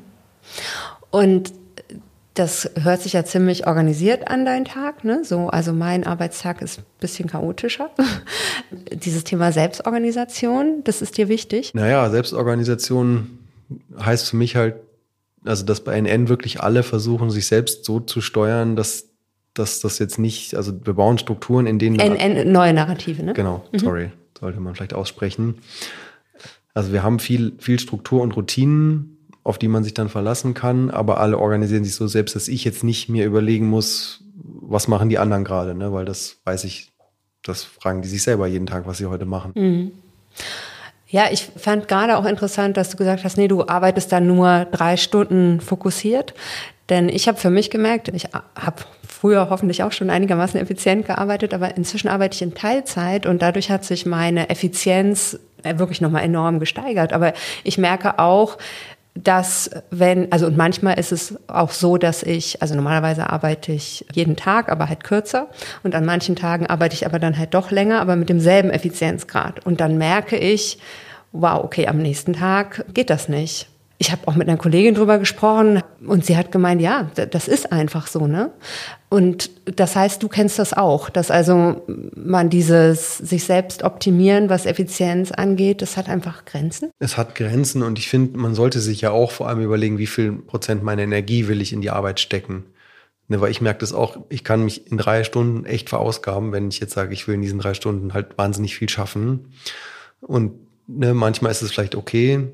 Und das hört sich ja ziemlich organisiert an, dein Tag, ne? So, also mein Arbeitstag ist ein bisschen chaotischer. Dieses Thema Selbstorganisation, das ist dir wichtig? Naja, Selbstorganisation heißt für mich halt, also dass bei N N wirklich alle versuchen, sich selbst so zu steuern, dass, dass das jetzt nicht, also wir bauen Strukturen, in denen... N N, neue Narrative, ne? Genau, sorry, mhm. sollte man vielleicht aussprechen. Also wir haben viel, viel Struktur und Routinen, auf die man sich dann verlassen kann, aber alle organisieren sich so selbst, dass ich jetzt nicht mir überlegen muss, was machen die anderen gerade, ne? Weil das weiß ich, das fragen die sich selber jeden Tag, was sie heute machen. Mhm. Ja, ich fand gerade auch interessant, dass du gesagt hast, nee, du arbeitest dann nur drei Stunden fokussiert, denn ich habe für mich gemerkt, ich habe früher hoffentlich auch schon einigermaßen effizient gearbeitet, aber inzwischen arbeite ich in Teilzeit und dadurch hat sich meine Effizienz wirklich nochmal enorm gesteigert, aber ich merke auch, dass wenn, also und manchmal ist es auch so, dass ich, also normalerweise arbeite ich jeden Tag, aber halt kürzer und an manchen Tagen arbeite ich aber dann halt doch länger, aber mit demselben Effizienzgrad und dann merke ich, wow, okay, am nächsten Tag geht das nicht. Ich habe auch mit einer Kollegin drüber gesprochen und sie hat gemeint, ja, das ist einfach so, ne? Und das heißt, du kennst das auch, dass also man dieses sich selbst optimieren, was Effizienz angeht, das hat einfach Grenzen? Es hat Grenzen und ich finde, man sollte sich ja auch vor allem überlegen, wie viel Prozent meiner Energie will ich in die Arbeit stecken. Ne, weil ich merke das auch, ich kann mich in drei Stunden echt verausgaben, wenn ich jetzt sage, ich will in diesen drei Stunden halt wahnsinnig viel schaffen. Und ne, manchmal ist es vielleicht okay.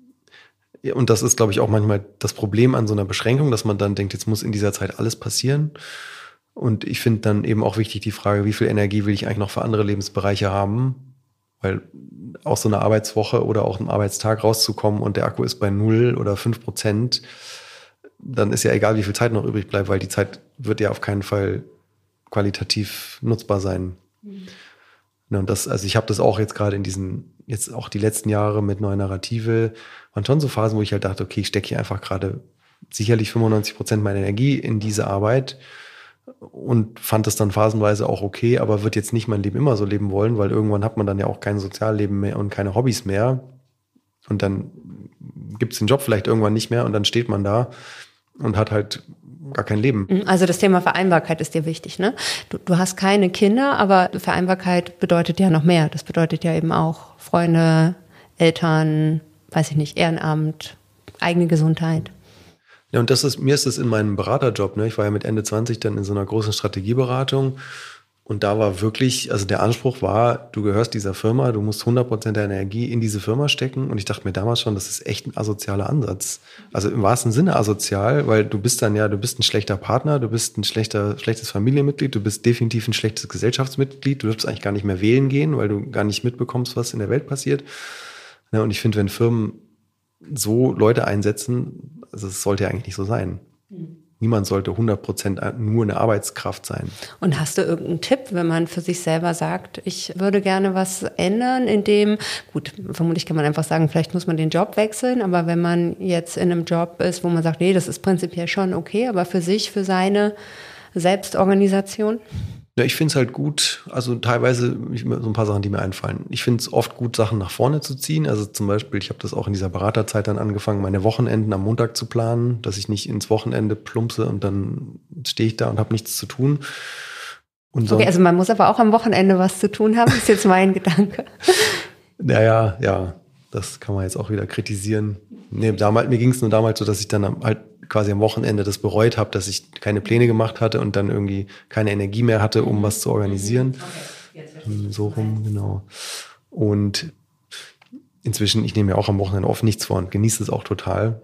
Und das ist, glaube ich, auch manchmal das Problem an so einer Beschränkung, dass man dann denkt, jetzt muss in dieser Zeit alles passieren. Und ich finde dann eben auch wichtig die Frage, wie viel Energie will ich eigentlich noch für andere Lebensbereiche haben? Weil aus so einer Arbeitswoche oder auch einem Arbeitstag rauszukommen und der Akku ist bei null oder fünf Prozent, dann ist ja egal, wie viel Zeit noch übrig bleibt, weil die Zeit wird ja auf keinen Fall qualitativ nutzbar sein. Mhm. Und das, also ich habe das auch jetzt gerade in diesen, jetzt auch die letzten Jahre mit Neue Narrative, waren schon so Phasen, wo ich halt dachte, okay, ich stecke hier einfach gerade sicherlich fünfundneunzig Prozent meiner Energie in diese Arbeit und fand das dann phasenweise auch okay, aber wird jetzt nicht mein Leben immer so leben wollen, weil irgendwann hat man dann ja auch kein Sozialleben mehr und keine Hobbys mehr und dann gibt es den Job vielleicht irgendwann nicht mehr und dann steht man da und hat halt gar kein Leben. Also das Thema Vereinbarkeit ist dir wichtig, ne? Du, du hast keine Kinder, aber Vereinbarkeit bedeutet ja noch mehr. Das bedeutet ja eben auch Freunde, Eltern, weiß ich nicht, Ehrenamt, eigene Gesundheit. Ja, und das ist, mir ist es in meinem Beraterjob, ne? Ich war ja mit Ende zwanzig dann in so einer großen Strategieberatung und da war wirklich, also der Anspruch war, du gehörst dieser Firma, du musst hundert Prozent der Energie in diese Firma stecken und ich dachte mir damals schon, das ist echt ein asozialer Ansatz. Also im wahrsten Sinne asozial, weil du bist dann ja, du bist ein schlechter Partner, du bist ein schlechter, schlechtes Familienmitglied, du bist definitiv ein schlechtes Gesellschaftsmitglied, du darfst eigentlich gar nicht mehr wählen gehen, weil du gar nicht mitbekommst, was in der Welt passiert. Ja, und ich finde, wenn Firmen so Leute einsetzen, also es sollte ja eigentlich nicht so sein. Mhm. Niemand sollte hundert Prozent nur eine Arbeitskraft sein. Und hast du irgendeinen Tipp, wenn man für sich selber sagt, ich würde gerne was ändern, in dem, gut, vermutlich kann man einfach sagen, vielleicht muss man den Job wechseln, aber wenn man jetzt in einem Job ist, wo man sagt, nee, das ist prinzipiell schon okay, aber für sich, für seine Selbstorganisation? Ja, ich finde es halt gut, also teilweise so ein paar Sachen, die mir einfallen. Ich finde es oft gut, Sachen nach vorne zu ziehen. Also zum Beispiel, ich habe das auch in dieser Beraterzeit dann angefangen, meine Wochenenden am Montag zu planen, dass ich nicht ins Wochenende plumpse und dann stehe ich da und habe nichts zu tun. Und okay, also man muss aber auch am Wochenende was zu tun haben, ist jetzt mein Gedanke. Naja, ja, das kann man jetzt auch wieder kritisieren. Nee, damals, mir ging es nur damals so, dass ich dann halt quasi am Wochenende das bereut habe, dass ich keine Pläne gemacht hatte und dann irgendwie keine Energie mehr hatte, um was zu organisieren. Okay. So rum, genau. Und inzwischen, ich nehme mir auch am Wochenende oft nichts vor und genieße es auch total.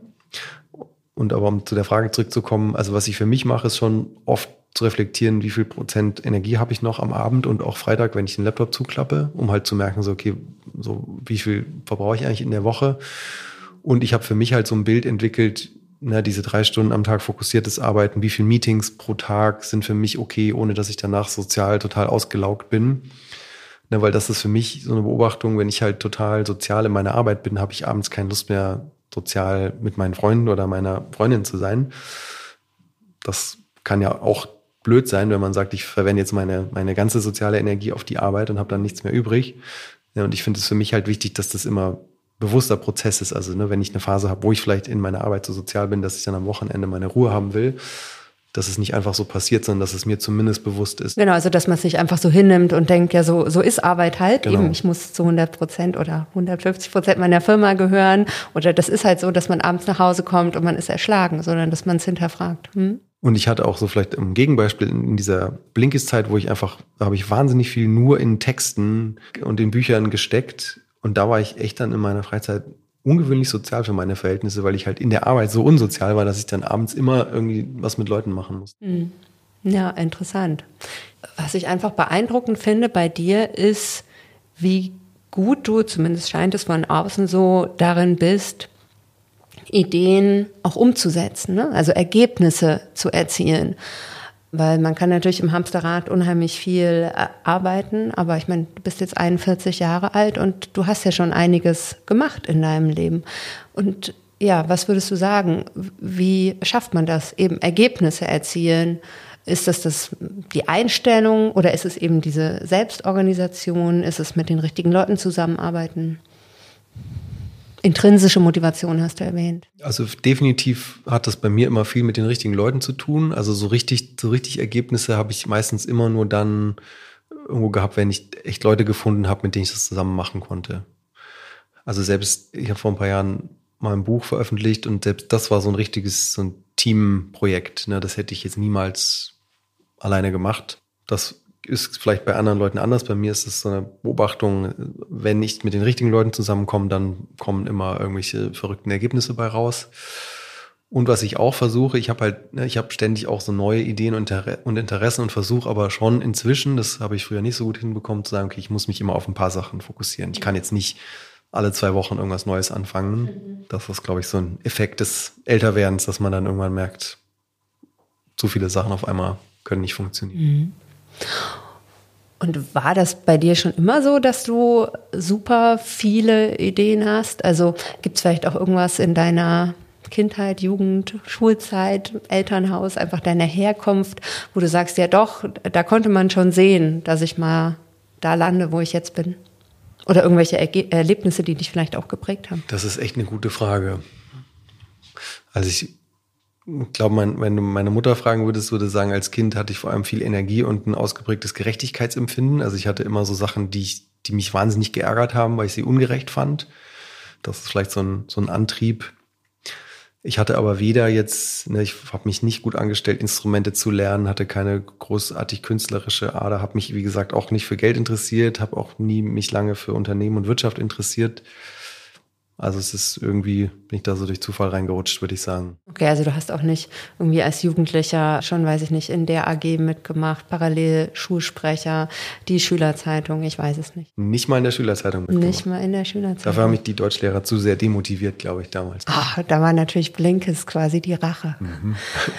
Und aber um zu der Frage zurückzukommen, also was ich für mich mache, ist schon oft zu reflektieren, wie viel Prozent Energie habe ich noch am Abend und auch Freitag, wenn ich den Laptop zuklappe, um halt zu merken, so okay, so wie viel verbrauche ich eigentlich in der Woche? Und ich habe für mich halt so ein Bild entwickelt, na, diese drei Stunden am Tag fokussiertes Arbeiten, wie viele Meetings pro Tag sind für mich okay, ohne dass ich danach sozial total ausgelaugt bin. Na, weil das ist für mich so eine Beobachtung, wenn ich halt total sozial in meiner Arbeit bin, habe ich abends keine Lust mehr, sozial mit meinen Freunden oder meiner Freundin zu sein. Das kann ja auch blöd sein, wenn man sagt, ich verwende jetzt meine, meine ganze soziale Energie auf die Arbeit und habe dann nichts mehr übrig. Ja, und ich finde es für mich halt wichtig, dass das immer bewusster Prozess ist. Also ne, wenn ich eine Phase habe, wo ich vielleicht in meiner Arbeit so sozial bin, dass ich dann am Wochenende meine Ruhe haben will, dass es nicht einfach so passiert, sondern dass es mir zumindest bewusst ist. Genau, also dass man es nicht einfach so hinnimmt und denkt, ja, so so ist Arbeit halt. Genau. Eben, ich muss zu hundert Prozent oder hundertfünfzig Prozent meiner Firma gehören. Oder das ist halt so, dass man abends nach Hause kommt und man ist erschlagen, sondern dass man es hinterfragt. Hm? Und ich hatte auch so vielleicht im Gegenbeispiel in dieser Blinkist-Zeit, wo ich einfach, da habe ich wahnsinnig viel nur in Texten und in Büchern gesteckt. Und da war ich echt dann in meiner Freizeit ungewöhnlich sozial für meine Verhältnisse, weil ich halt in der Arbeit so unsozial war, dass ich dann abends immer irgendwie was mit Leuten machen musste. Ja, interessant. Was ich einfach beeindruckend finde bei dir ist, wie gut du, zumindest scheint es von außen so, darin bist, Ideen auch umzusetzen, ne? Also Ergebnisse zu erzielen. Weil man kann natürlich im Hamsterrad unheimlich viel arbeiten, aber ich meine, du bist jetzt einundvierzig Jahre alt und du hast ja schon einiges gemacht in deinem Leben. Und ja, was würdest du sagen? Wie schafft man das? Eben Ergebnisse erzielen? Ist das, das die Einstellung oder ist es eben diese Selbstorganisation? Ist es mit den richtigen Leuten zusammenarbeiten? Intrinsische Motivation hast du erwähnt. Also definitiv hat das bei mir immer viel mit den richtigen Leuten zu tun. Also so richtig, so richtig Ergebnisse habe ich meistens immer nur dann irgendwo gehabt, wenn ich echt Leute gefunden habe, mit denen ich das zusammen machen konnte. Also selbst, ich habe vor ein paar Jahren mal ein Buch veröffentlicht und selbst das war so ein richtiges so ein Teamprojekt. Ne? Das hätte ich jetzt niemals alleine gemacht. Das ist vielleicht bei anderen Leuten anders. Bei mir ist es so eine Beobachtung, wenn ich mit den richtigen Leuten zusammenkomme, dann kommen immer irgendwelche verrückten Ergebnisse bei raus. Und was ich auch versuche, ich habe halt, ich habe ständig auch so neue Ideen und Interessen und versuche aber schon inzwischen, das habe ich früher nicht so gut hinbekommen, zu sagen, okay, ich muss mich immer auf ein paar Sachen fokussieren. Ich kann jetzt nicht alle zwei Wochen irgendwas Neues anfangen. Das ist, glaube ich, so ein Effekt des Älterwerdens, dass man dann irgendwann merkt, zu viele Sachen auf einmal können nicht funktionieren. Und war das bei dir schon immer so, dass du super viele Ideen hast? Also gibt es vielleicht auch irgendwas in deiner Kindheit, Jugend, Schulzeit, Elternhaus, einfach deiner Herkunft, wo du sagst, ja doch, da konnte man schon sehen, dass ich mal da lande, wo ich jetzt bin? Oder irgendwelche Erge- Erlebnisse, die dich vielleicht auch geprägt haben? Das ist echt eine gute Frage. Also ich Ich glaube, mein, wenn du meine Mutter fragen würdest, würde sagen, als Kind hatte ich vor allem viel Energie und ein ausgeprägtes Gerechtigkeitsempfinden. Also ich hatte immer so Sachen, die ich, die mich wahnsinnig geärgert haben, weil ich sie ungerecht fand. Das ist vielleicht so ein, so ein Antrieb. Ich hatte aber weder jetzt, ne, ich habe mich nicht gut angestellt, Instrumente zu lernen, hatte keine großartig künstlerische Ader, habe mich, wie gesagt, auch nicht für Geld interessiert, habe auch nie mich lange für Unternehmen und Wirtschaft interessiert. Also es ist irgendwie, bin ich da so durch Zufall reingerutscht, würde ich sagen. Okay, also du hast auch nicht irgendwie als Jugendlicher schon, weiß ich nicht, in der A G mitgemacht, parallel Schulsprecher, die Schülerzeitung, ich weiß es nicht. Nicht mal in der Schülerzeitung mitgemacht. Nicht mal in der Schülerzeitung. Dafür haben mich die Deutschlehrer zu sehr demotiviert, glaube ich, damals. Ach, da war natürlich Blinkes quasi die Rache. Mhm.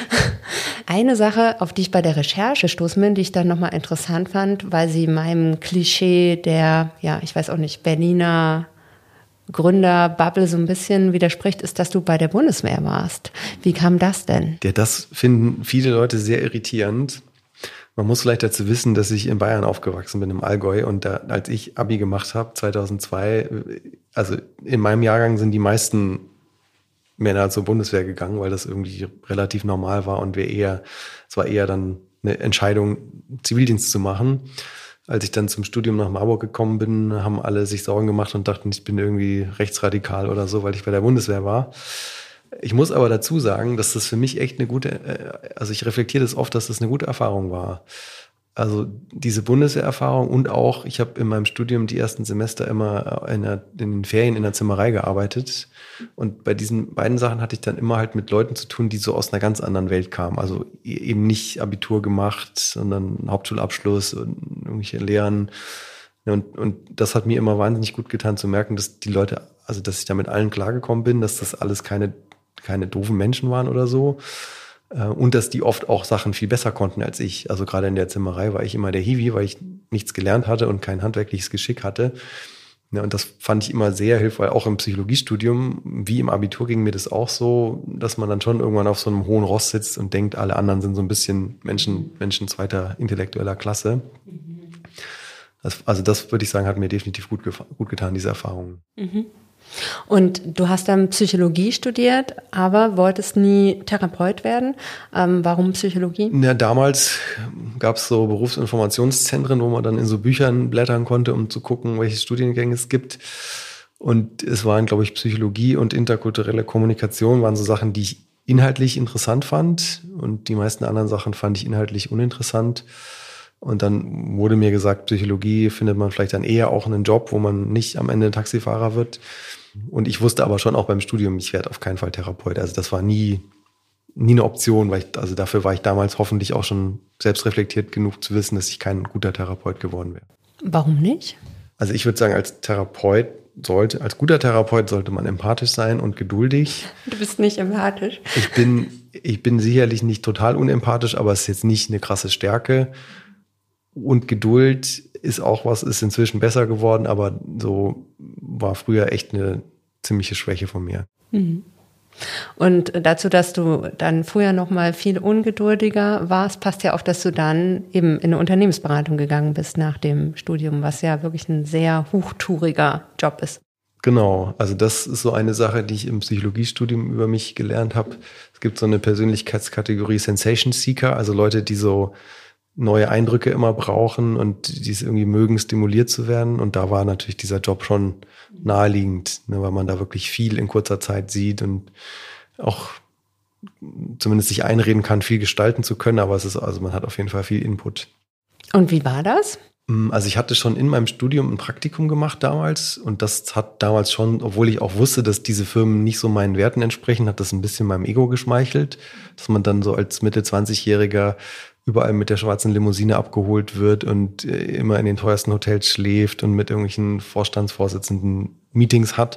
Eine Sache, auf die ich bei der Recherche stoßen bin, die ich dann nochmal interessant fand, weil sie meinem Klischee der, ja, ich weiß auch nicht, Berliner Gründerbubble so ein bisschen widerspricht, ist, dass du bei der Bundeswehr warst. Wie kam das denn? Ja, das finden viele Leute sehr irritierend. Man muss vielleicht dazu wissen, dass ich in Bayern aufgewachsen bin, im Allgäu. Und da, als ich Abi gemacht habe, zweitausendzwei, also in meinem Jahrgang sind die meisten Männer zur Bundeswehr gegangen, weil das irgendwie relativ normal war und wir eher, es war eher dann eine Entscheidung, Zivildienst zu machen. Als ich dann zum Studium nach Marburg gekommen bin, haben alle sich Sorgen gemacht und dachten, ich bin irgendwie rechtsradikal oder so, weil ich bei der Bundeswehr war. Ich muss aber dazu sagen, dass das für mich echt eine gute, also ich reflektiere das oft, dass das eine gute Erfahrung war. Also diese Bundeswehrerfahrung und auch, ich habe in meinem Studium die ersten Semester immer in, der, in den Ferien in der Zimmerei gearbeitet. Und bei diesen beiden Sachen hatte ich dann immer halt mit Leuten zu tun, die so aus einer ganz anderen Welt kamen. Also eben nicht Abitur gemacht, sondern Hauptschulabschluss und irgendwelche Lehren. Und, und das hat mir immer wahnsinnig gut getan zu merken, dass die Leute, also dass ich da mit allen klargekommen bin, dass das alles keine, keine doofen Menschen waren oder so. Und dass die oft auch Sachen viel besser konnten als ich. Also gerade in der Zimmerei war ich immer der Hiwi, weil ich nichts gelernt hatte und kein handwerkliches Geschick hatte. Ja, und das fand ich immer sehr hilfreich, auch im Psychologiestudium. Wie im Abitur ging mir das auch so, dass man dann schon irgendwann auf so einem hohen Ross sitzt und denkt, alle anderen sind so ein bisschen Menschen, Menschen zweiter intellektueller Klasse. Das, also das würde ich sagen, hat mir definitiv gut, gef- gut getan, diese Erfahrungen. Mhm. Und du hast dann Psychologie studiert, aber wolltest nie Therapeut werden. Ähm, warum Psychologie? Ja, damals gab es so Berufsinformationszentren, wo man dann in so Büchern blättern konnte, um zu gucken, welche Studiengänge es gibt. Und es waren, glaube ich, Psychologie und interkulturelle Kommunikation waren so Sachen, die ich inhaltlich interessant fand. Und die meisten anderen Sachen fand ich inhaltlich uninteressant. Und dann wurde mir gesagt, Psychologie findet man vielleicht dann eher auch einen Job, wo man nicht am Ende Taxifahrer wird. Und ich wusste aber schon auch beim Studium, ich werde auf keinen Fall Therapeut. Also das war nie, nie eine Option, weil ich, also dafür war ich damals hoffentlich auch schon selbstreflektiert genug zu wissen, dass ich kein guter Therapeut geworden wäre. Warum nicht? Also ich würde sagen, als Therapeut sollte, als guter Therapeut sollte man empathisch sein und geduldig. Du bist nicht empathisch. Ich bin, ich bin sicherlich nicht total unempathisch, aber es ist jetzt nicht eine krasse Stärke. Und Geduld ist auch was, ist inzwischen besser geworden, aber so war früher echt eine ziemliche Schwäche von mir. Mhm. Und dazu, dass du dann früher noch mal viel ungeduldiger warst, passt ja auch, dass du dann eben in eine Unternehmensberatung gegangen bist nach dem Studium, was ja wirklich ein sehr hochtouriger Job ist. Genau, also das ist so eine Sache, die ich im Psychologiestudium über mich gelernt habe. Es gibt so eine Persönlichkeitskategorie Sensation Seeker, also Leute, die so neue Eindrücke immer brauchen und die es irgendwie mögen, stimuliert zu werden. Und da war natürlich dieser Job schon naheliegend, ne, weil man da wirklich viel in kurzer Zeit sieht und auch zumindest sich einreden kann, viel gestalten zu können. Aber es ist, also man hat auf jeden Fall viel Input. Und wie war das? Also ich hatte schon in meinem Studium ein Praktikum gemacht damals und das hat damals schon, obwohl ich auch wusste, dass diese Firmen nicht so meinen Werten entsprechen, hat das ein bisschen meinem Ego geschmeichelt, dass man dann so als Mitte zwanzigjähriger überall mit der schwarzen Limousine abgeholt wird und immer in den teuersten Hotels schläft und mit irgendwelchen Vorstandsvorsitzenden Meetings hat.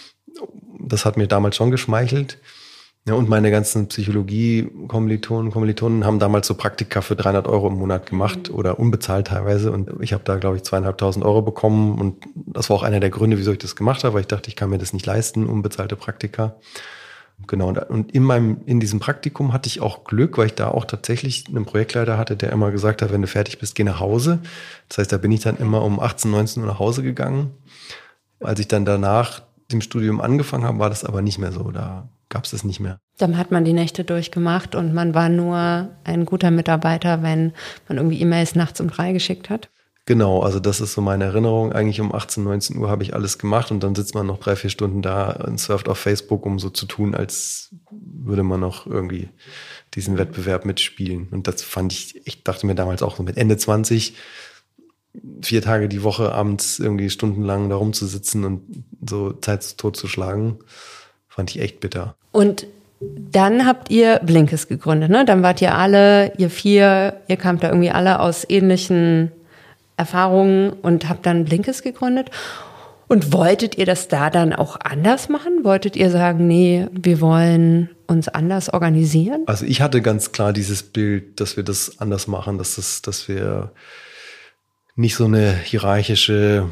Das hat mir damals schon geschmeichelt. Ja, und meine ganzen Psychologie-Kommilitonen, Kommilitonen haben damals so Praktika für dreihundert Euro im Monat gemacht oder unbezahlt teilweise. Und ich habe da, glaube ich, zweieinhalbtausend Euro bekommen. Und das war auch einer der Gründe, wieso ich das gemacht habe, weil ich dachte, ich kann mir das nicht leisten, unbezahlte Praktika. Genau, und in meinem, in diesem Praktikum hatte ich auch Glück, weil ich da auch tatsächlich einen Projektleiter hatte, der immer gesagt hat, wenn du fertig bist, geh nach Hause. Das heißt, da bin ich dann immer um achtzehn, neunzehn Uhr nach Hause gegangen. Als ich dann danach dem Studium angefangen habe, war das aber nicht mehr so. Da gab es das nicht mehr. Dann hat man die Nächte durchgemacht und man war nur ein guter Mitarbeiter, wenn man irgendwie E-Mails nachts um drei geschickt hat. Genau, also das ist so meine Erinnerung. Eigentlich um achtzehn, neunzehn Uhr habe ich alles gemacht und dann sitzt man noch drei, vier Stunden da und surft auf Facebook, um so zu tun, als würde man noch irgendwie diesen Wettbewerb mitspielen. Und das fand ich, ich dachte mir damals auch so mit Ende zwanzig, vier Tage die Woche abends irgendwie stundenlang da rumzusitzen und so Zeit totzuschlagen, fand ich echt bitter. Und dann habt ihr Blinkist gegründet, ne? Dann wart ihr alle, ihr vier, ihr kamt da irgendwie alle aus ähnlichen Erfahrungen und habt dann Blinkist gegründet. Und wolltet ihr das da dann auch anders machen? Wolltet ihr sagen, nee, wir wollen uns anders organisieren? Also ich hatte ganz klar dieses Bild, dass wir das anders machen, dass, das, dass wir nicht so eine hierarchische,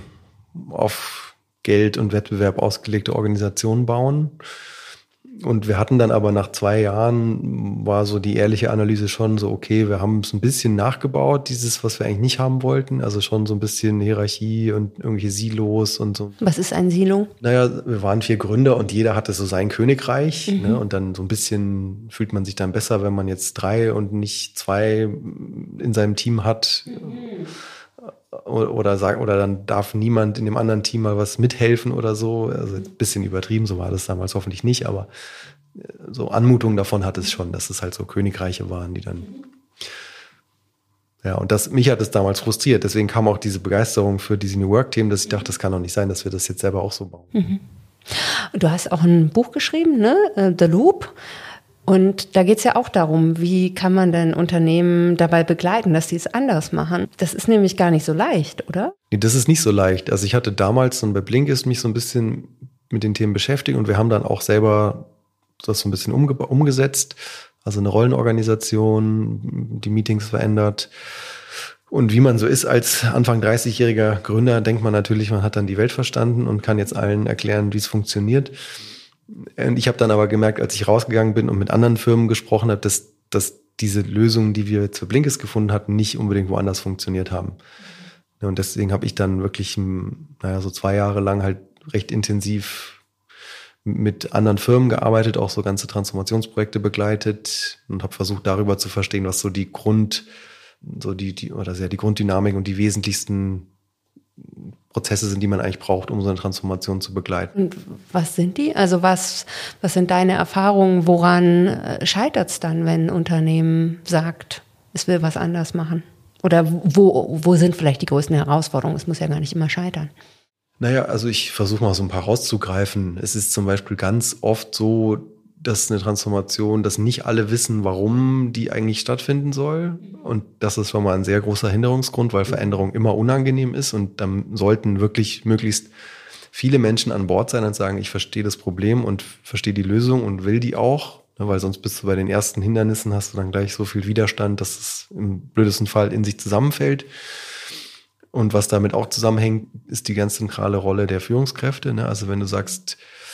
auf Geld und Wettbewerb ausgelegte Organisation bauen. Und wir hatten dann aber nach zwei Jahren, war so die ehrliche Analyse schon so, okay, wir haben es ein bisschen nachgebaut, dieses, was wir eigentlich nicht haben wollten. Also schon so ein bisschen Hierarchie und irgendwelche Silos und so. Was ist ein Silo? Naja, wir waren vier Gründer und jeder hatte so sein Königreich. Mhm. Ne? Und dann so ein bisschen fühlt man sich dann besser, wenn man jetzt drei und nicht zwei in seinem Team hat. Mhm. Oder sagen, oder dann darf niemand in dem anderen Team mal was mithelfen oder so. Also ein bisschen übertrieben, so war das damals hoffentlich nicht, aber so Anmutung davon hat es schon, dass es halt so Königreiche waren, die dann. Ja, und das, mich hat es damals frustriert. Deswegen kam auch diese Begeisterung für diese New Work-Themen, dass ich dachte, das kann doch nicht sein, dass wir das jetzt selber auch so bauen. Mhm. Du hast auch ein Buch geschrieben, ne? The Loop. Und da geht's ja auch darum, wie kann man denn Unternehmen dabei begleiten, dass die es anders machen. Das ist nämlich gar nicht so leicht, oder? Nee, das ist nicht so leicht. Also ich hatte damals dann bei Blinkist mich so ein bisschen mit den Themen beschäftigt und wir haben dann auch selber das so ein bisschen umge- umgesetzt. Also eine Rollenorganisation, die Meetings verändert. Und wie man so ist als Anfang dreißigjähriger Gründer, denkt man natürlich, man hat dann die Welt verstanden und kann jetzt allen erklären, wie es funktioniert. Und ich habe dann aber gemerkt, als ich rausgegangen bin und mit anderen Firmen gesprochen habe, dass, dass diese Lösungen, die wir jetzt für Blinkist gefunden hatten, nicht unbedingt woanders funktioniert haben. Mhm. Und deswegen habe ich dann wirklich, naja, so zwei Jahre lang halt recht intensiv mit anderen Firmen gearbeitet, auch so ganze Transformationsprojekte begleitet und habe versucht, darüber zu verstehen, was so die Grund, so die, die, oder sehr die Grunddynamik und die wesentlichsten Prozesse sind, die man eigentlich braucht, um so eine Transformation zu begleiten. Und was sind die? Also was, was sind deine Erfahrungen? Woran scheitert es dann, wenn ein Unternehmen sagt, es will was anders machen? Oder wo, wo sind vielleicht die größten Herausforderungen? Es muss ja gar nicht immer scheitern. Naja, also ich versuche mal so ein paar rauszugreifen. Es ist zum Beispiel ganz oft so, dass eine Transformation, dass nicht alle wissen, warum die eigentlich stattfinden soll. Und das ist schon mal ein sehr großer Hinderungsgrund, weil Veränderung immer unangenehm ist. Und dann sollten wirklich möglichst viele Menschen an Bord sein und sagen, ich verstehe das Problem und verstehe die Lösung und will die auch. Weil sonst bist du bei den ersten Hindernissen, hast du dann gleich so viel Widerstand, dass es im blödesten Fall in sich zusammenfällt. Und was damit auch zusammenhängt, ist die ganz zentrale Rolle der Führungskräfte. Also wenn du sagst,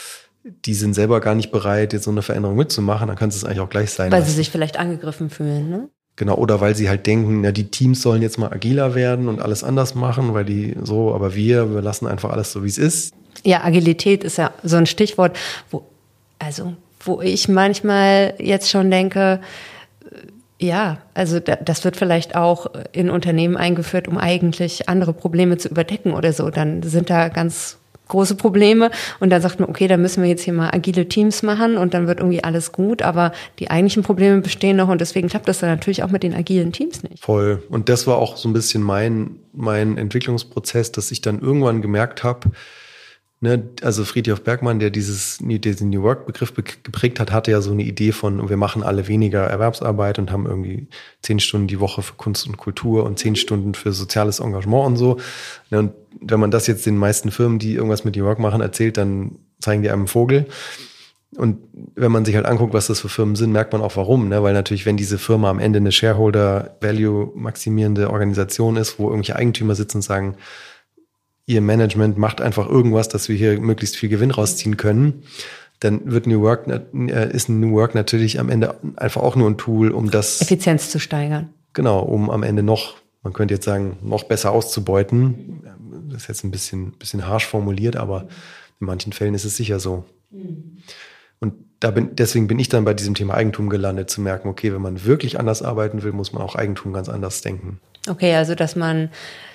die sind selber gar nicht bereit, jetzt so eine Veränderung mitzumachen, dann kannst du es eigentlich auch gleich sein Weil lassen. sie sich vielleicht angegriffen fühlen, ne? Genau, oder weil sie halt denken, ja, die Teams sollen jetzt mal agiler werden und alles anders machen, weil die so, aber wir, wir lassen einfach alles so, wie es ist. Ja, Agilität ist ja so ein Stichwort, wo, also, wo ich manchmal jetzt schon denke, ja, also das wird vielleicht auch in Unternehmen eingeführt, um eigentlich andere Probleme zu überdecken oder so. Dann sind da ganz große Probleme und dann sagt man, okay, dann müssen wir jetzt hier mal agile Teams machen und dann wird irgendwie alles gut, aber die eigentlichen Probleme bestehen noch und deswegen klappt das dann natürlich auch mit den agilen Teams nicht. Voll. Und das war auch so ein bisschen mein, mein Entwicklungsprozess, dass ich dann irgendwann gemerkt habe, ne, also Friedrich Bergmann, der dieses, diesen New Work-Begriff geprägt hat, hatte ja so eine Idee von, wir machen alle weniger Erwerbsarbeit und haben irgendwie zehn Stunden die Woche für Kunst und Kultur und zehn Stunden für soziales Engagement und so. Ne, und wenn man das jetzt den meisten Firmen, die irgendwas mit New Work machen, erzählt, dann zeigen die einem einen Vogel. Und wenn man sich halt anguckt, was das für Firmen sind, merkt man auch warum. Ne? Weil natürlich, wenn diese Firma am Ende eine Shareholder-Value-maximierende Organisation ist, wo irgendwelche Eigentümer sitzen und sagen, ihr Management macht einfach irgendwas, dass wir hier möglichst viel Gewinn rausziehen können, dann wird New Work, ist New Work natürlich am Ende einfach auch nur ein Tool, um das Effizienz zu steigern. Genau, um am Ende noch, man könnte jetzt sagen, noch besser auszubeuten. Das ist jetzt ein bisschen, bisschen harsch formuliert, aber in manchen Fällen ist es sicher so. Mhm. Und da bin, deswegen bin ich dann bei diesem Thema Eigentum gelandet, zu merken, okay, wenn man wirklich anders arbeiten will, muss man auch Eigentum ganz anders denken. Okay, also dass man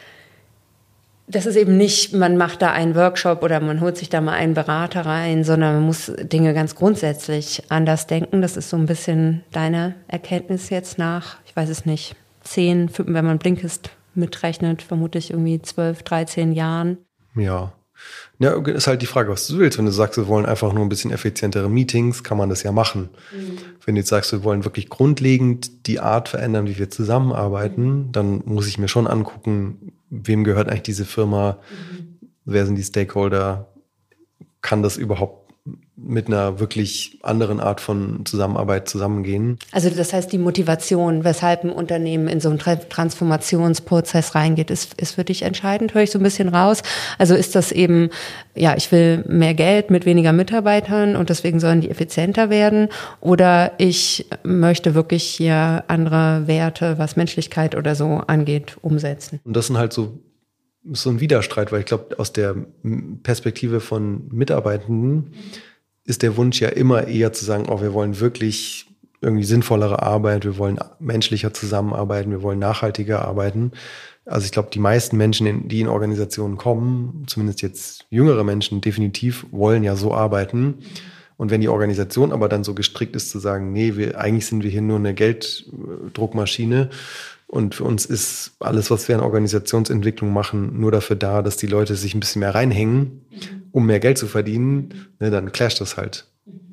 Das ist eben nicht, man macht da einen Workshop oder man holt sich da mal einen Berater rein, sondern man muss Dinge ganz grundsätzlich anders denken. Das ist so ein bisschen deine Erkenntnis jetzt nach, ich weiß es nicht, zehn, wenn man Blinkist mitrechnet, vermutlich irgendwie zwölf, dreizehn Jahren. Ja. Ja, ist halt die Frage, was du willst. Wenn du sagst, wir wollen einfach nur ein bisschen effizientere Meetings, kann man das ja machen. Mhm. Wenn du jetzt sagst, wir wollen wirklich grundlegend die Art verändern, wie wir zusammenarbeiten, mhm. dann muss ich mir schon angucken, wem gehört eigentlich diese Firma, mhm. wer sind die Stakeholder, kann das überhaupt mit einer wirklich anderen Art von Zusammenarbeit zusammengehen. Also das heißt, die Motivation, weshalb ein Unternehmen in so einen Transformationsprozess reingeht, ist, ist für dich entscheidend, höre ich so ein bisschen raus. Also ist das eben, ja, ich will mehr Geld mit weniger Mitarbeitern und deswegen sollen die effizienter werden, oder ich möchte wirklich hier andere Werte, was Menschlichkeit oder so angeht, umsetzen. Und das sind halt so so ein Widerstreit, weil ich glaube, aus der Perspektive von Mitarbeitenden ist der Wunsch ja immer eher zu sagen, oh, wir wollen wirklich irgendwie sinnvollere Arbeit, wir wollen menschlicher zusammenarbeiten, wir wollen nachhaltiger arbeiten. Also ich glaube, die meisten Menschen, die in Organisationen kommen, zumindest jetzt jüngere Menschen, definitiv wollen ja so arbeiten. Und wenn die Organisation aber dann so gestrickt ist zu sagen, nee, wir, eigentlich sind wir hier nur eine Gelddruckmaschine, und für uns ist alles, was wir an Organisationsentwicklung machen, nur dafür da, dass die Leute sich ein bisschen mehr reinhängen, um mehr Geld zu verdienen, ne, dann clasht das halt.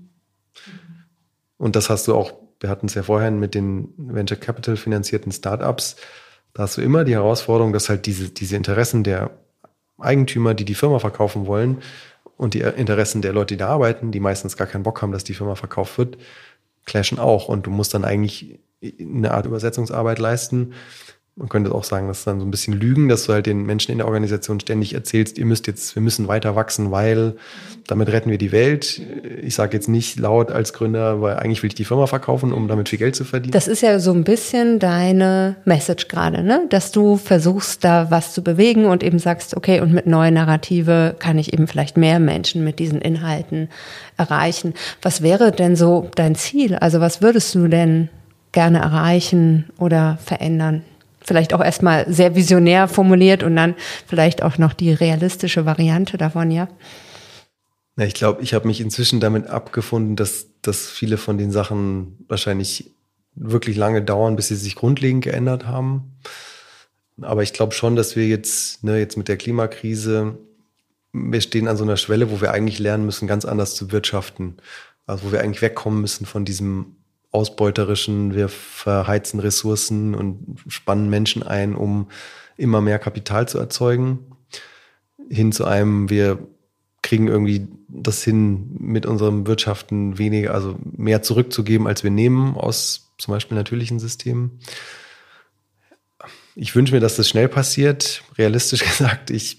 Und das hast du auch, wir hatten es ja vorhin mit den Venture Capital finanzierten Startups, da hast du immer die Herausforderung, dass halt diese, diese Interessen der Eigentümer, die die Firma verkaufen wollen, und die Interessen der Leute, die da arbeiten, die meistens gar keinen Bock haben, dass die Firma verkauft wird, clashen auch. Und du musst dann eigentlich eine Art Übersetzungsarbeit leisten. Man könnte auch sagen, das ist dann so ein bisschen Lügen, dass du halt den Menschen in der Organisation ständig erzählst, ihr müsst jetzt, wir müssen weiter wachsen, weil damit retten wir die Welt. Ich sage jetzt nicht laut als Gründer, weil eigentlich will ich die Firma verkaufen, um damit viel Geld zu verdienen. Das ist ja so ein bisschen deine Message gerade, ne? Dass du versuchst, da was zu bewegen und eben sagst, okay, und mit neuen Narrative kann ich eben vielleicht mehr Menschen mit diesen Inhalten erreichen. Was wäre denn so dein Ziel? Also was würdest du denn gerne erreichen oder verändern? Vielleicht auch erstmal sehr visionär formuliert und dann vielleicht auch noch die realistische Variante davon, ja? Ja, ich glaube, ich habe mich inzwischen damit abgefunden, dass, dass viele von den Sachen wahrscheinlich wirklich lange dauern, bis sie sich grundlegend geändert haben. Aber ich glaube schon, dass wir jetzt, ne, jetzt mit der Klimakrise, wir stehen an so einer Schwelle, wo wir eigentlich lernen müssen, ganz anders zu wirtschaften. Also wo wir eigentlich wegkommen müssen von diesem ausbeuterischen, wir verheizen Ressourcen und spannen Menschen ein, um immer mehr Kapital zu erzeugen, hin zu einem, wir kriegen irgendwie das hin, mit unserem Wirtschaften weniger, also mehr zurückzugeben, als wir nehmen aus zum Beispiel natürlichen Systemen. Ich wünsche mir, dass das schnell passiert. Realistisch gesagt, ich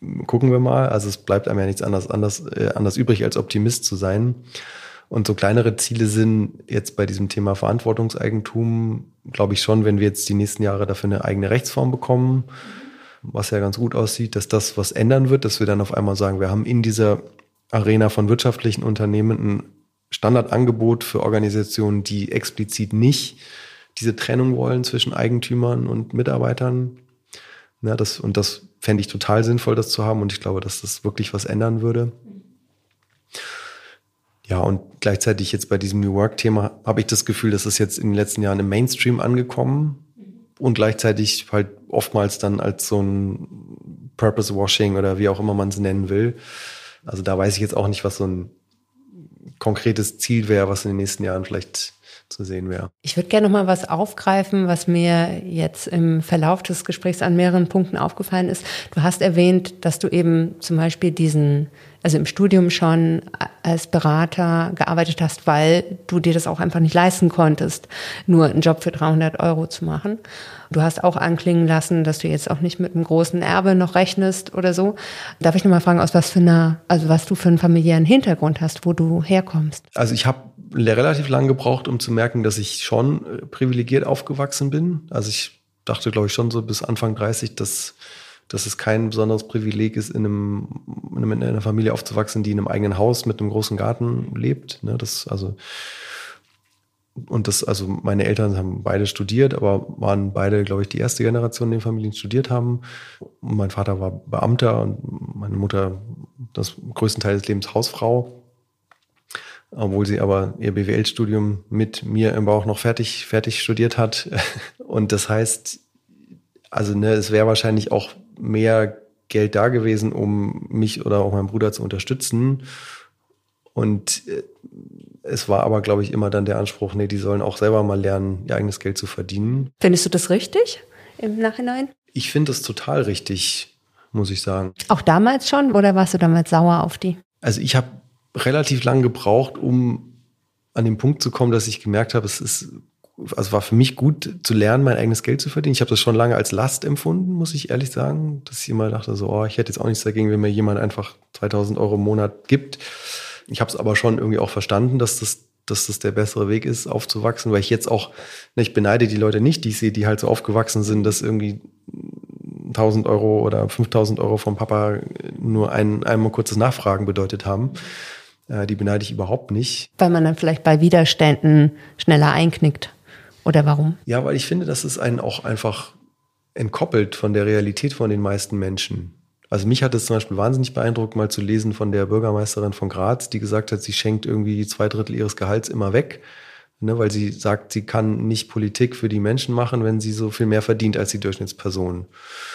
gucken wir mal. Also es bleibt einem ja nichts anderes, anders, äh, anders übrig, als Optimist zu sein. Und so kleinere Ziele sind jetzt bei diesem Thema Verantwortungseigentum, glaube ich schon, wenn wir jetzt die nächsten Jahre dafür eine eigene Rechtsform bekommen, was ja ganz gut aussieht, dass das was ändern wird, dass wir dann auf einmal sagen, wir haben in dieser Arena von wirtschaftlichen Unternehmen ein Standardangebot für Organisationen, die explizit nicht diese Trennung wollen zwischen Eigentümern und Mitarbeitern. Ja, das, und das fände ich total sinnvoll, das zu haben. Und ich glaube, dass das wirklich was ändern würde. Ja, und gleichzeitig jetzt bei diesem New Work-Thema habe ich das Gefühl, das ist jetzt in den letzten Jahren im Mainstream angekommen und gleichzeitig halt oftmals dann als so ein Purpose-Washing oder wie auch immer man es nennen will. Also da weiß ich jetzt auch nicht, was so ein konkretes Ziel wäre, was in den nächsten Jahren vielleicht zu sehen wäre. Ich würde gerne noch mal was aufgreifen, was mir jetzt im Verlauf des Gesprächs an mehreren Punkten aufgefallen ist. Du hast erwähnt, dass du eben zum Beispiel diesen, also im Studium schon als Berater gearbeitet hast, weil du dir das auch einfach nicht leisten konntest, nur einen Job für dreihundert Euro zu machen. Du hast auch anklingen lassen, dass du jetzt auch nicht mit einem großen Erbe noch rechnest oder so. Darf ich noch mal fragen, aus was für einer, also was du für einen familiären Hintergrund hast, wo du herkommst? Also ich habe relativ lange gebraucht, um zu merken, dass ich schon privilegiert aufgewachsen bin. Also ich dachte, glaube ich, schon so bis Anfang dreißig, dass, dass es kein besonderes Privileg ist, in, einem, in, einem, in einer Familie aufzuwachsen, die in einem eigenen Haus mit einem großen Garten lebt. Ne, das, also, und das, also meine Eltern haben beide studiert, aber waren beide, glaube ich, die erste Generation, die in Familien studiert haben. Und mein Vater war Beamter und meine Mutter das größten Teil des Lebens Hausfrau. Obwohl sie aber ihr B W L-Studium mit mir im Bauch noch fertig, fertig studiert hat. Und das heißt, also ne, es wäre wahrscheinlich auch mehr Geld da gewesen, um mich oder auch meinen Bruder zu unterstützen. Und es war aber, glaube ich, immer dann der Anspruch, nee, die sollen auch selber mal lernen, ihr eigenes Geld zu verdienen. Findest du das richtig im Nachhinein? Ich finde das total richtig, muss ich sagen. Auch damals schon oder warst du damals sauer auf die? Also ich habe relativ lang gebraucht, um an den Punkt zu kommen, dass ich gemerkt habe, es ist, also war für mich gut zu lernen, mein eigenes Geld zu verdienen. Ich habe das schon lange als Last empfunden, muss ich ehrlich sagen, dass ich immer dachte so, oh, ich hätte jetzt auch nichts dagegen, wenn mir jemand einfach zweitausend Euro im Monat gibt. Ich habe es aber schon irgendwie auch verstanden, dass das, dass das der bessere Weg ist, aufzuwachsen, weil ich jetzt auch, ne, ich beneide die Leute nicht, die ich sehe, die halt so aufgewachsen sind, dass irgendwie tausend Euro oder fünftausend Euro vom Papa nur ein einmal kurzes Nachfragen bedeutet haben. Die beneide ich überhaupt nicht. Weil man dann vielleicht bei Widerständen schneller einknickt. Oder warum? Ja, weil ich finde, dass es einen auch einfach entkoppelt von der Realität von den meisten Menschen. Also mich hat es zum Beispiel wahnsinnig beeindruckt, mal zu lesen von der Bürgermeisterin von Graz, die gesagt hat, sie schenkt irgendwie zwei Drittel ihres Gehalts immer weg, ne, weil sie sagt, sie kann nicht Politik für die Menschen machen, wenn sie so viel mehr verdient als die Durchschnittsperson.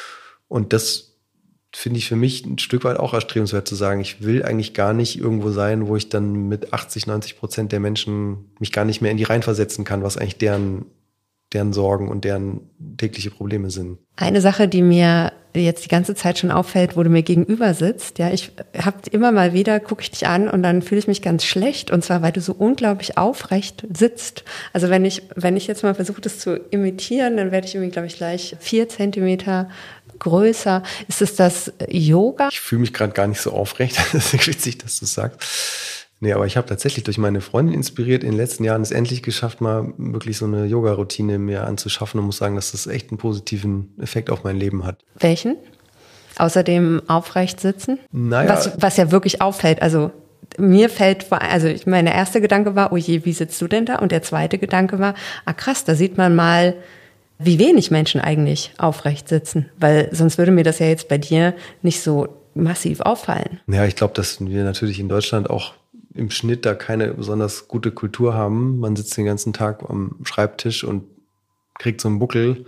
Und das finde ich für mich ein Stück weit auch erstrebenswert zu sagen, ich will eigentlich gar nicht irgendwo sein, wo ich dann mit achtzig, neunzig Prozent der Menschen mich gar nicht mehr in die reinversetzen kann, was eigentlich deren, deren Sorgen und deren tägliche Probleme sind. Eine Sache, die mir jetzt die ganze Zeit schon auffällt, wo du mir gegenüber sitzt, ja, ich hab immer mal wieder, gucke ich dich an und dann fühle ich mich ganz schlecht und zwar, weil du so unglaublich aufrecht sitzt. Also wenn ich, wenn ich jetzt mal versuche, das zu imitieren, dann werde ich irgendwie, glaube ich, gleich vier Zentimeter größer. Ist es das Yoga? Ich fühle mich gerade gar nicht so aufrecht. Das ist witzig, dass du es sagst. Nee, aber ich habe tatsächlich durch meine Freundin inspiriert, in den letzten Jahren es endlich geschafft, mal wirklich so eine Yoga-Routine mir anzuschaffen und muss sagen, dass das echt einen positiven Effekt auf mein Leben hat. Welchen? Außer dem aufrecht sitzen? Naja. Was, was ja wirklich auffällt, also mir fällt vor, also mein erster Gedanke war, oh je, wie sitzt du denn da? Und der zweite Gedanke war, ah krass, da sieht man mal, wie wenig Menschen eigentlich aufrecht sitzen, weil sonst würde mir das ja jetzt bei dir nicht so massiv auffallen. Ja, ich glaube, dass wir natürlich in Deutschland auch im Schnitt da keine besonders gute Kultur haben. Man sitzt den ganzen Tag am Schreibtisch und kriegt so einen Buckel.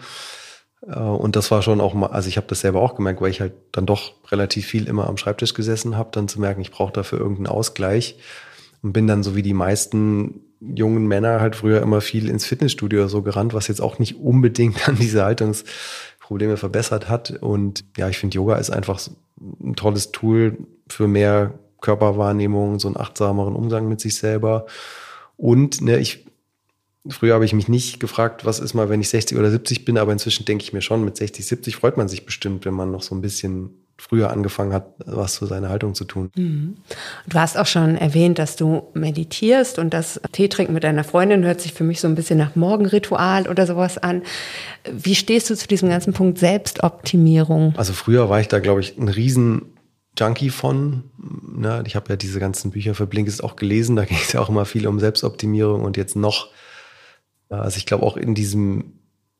Und das war schon auch mal, also ich habe das selber auch gemerkt, weil ich halt dann doch relativ viel immer am Schreibtisch gesessen habe, dann zu merken, ich brauche dafür irgendeinen Ausgleich und bin dann so wie die meisten jungen Männer halt früher immer viel ins Fitnessstudio oder so gerannt, was jetzt auch nicht unbedingt an diese Haltungsprobleme verbessert hat. Und ja, ich finde, Yoga ist einfach ein tolles Tool für mehr Körperwahrnehmung, so einen achtsameren Umgang mit sich selber. Und ne, ich früher habe ich mich nicht gefragt, was ist mal, wenn ich sechzig oder siebzig bin, aber inzwischen denke ich mir schon, mit sechzig, siebzig freut man sich bestimmt, wenn man noch so ein bisschen früher angefangen hat, was für seine Haltung zu tun. Mhm. Du hast auch schon erwähnt, dass du meditierst und das Tee trinken mit deiner Freundin hört sich für mich so ein bisschen nach Morgenritual oder sowas an. Wie stehst du zu diesem ganzen Punkt Selbstoptimierung? Also früher war ich da, glaube ich, ein riesen Junkie von. Ne? Ich habe ja diese ganzen Bücher für Blinkist auch gelesen, da ging es ja auch immer viel um Selbstoptimierung und jetzt noch, also ich glaube auch in diesem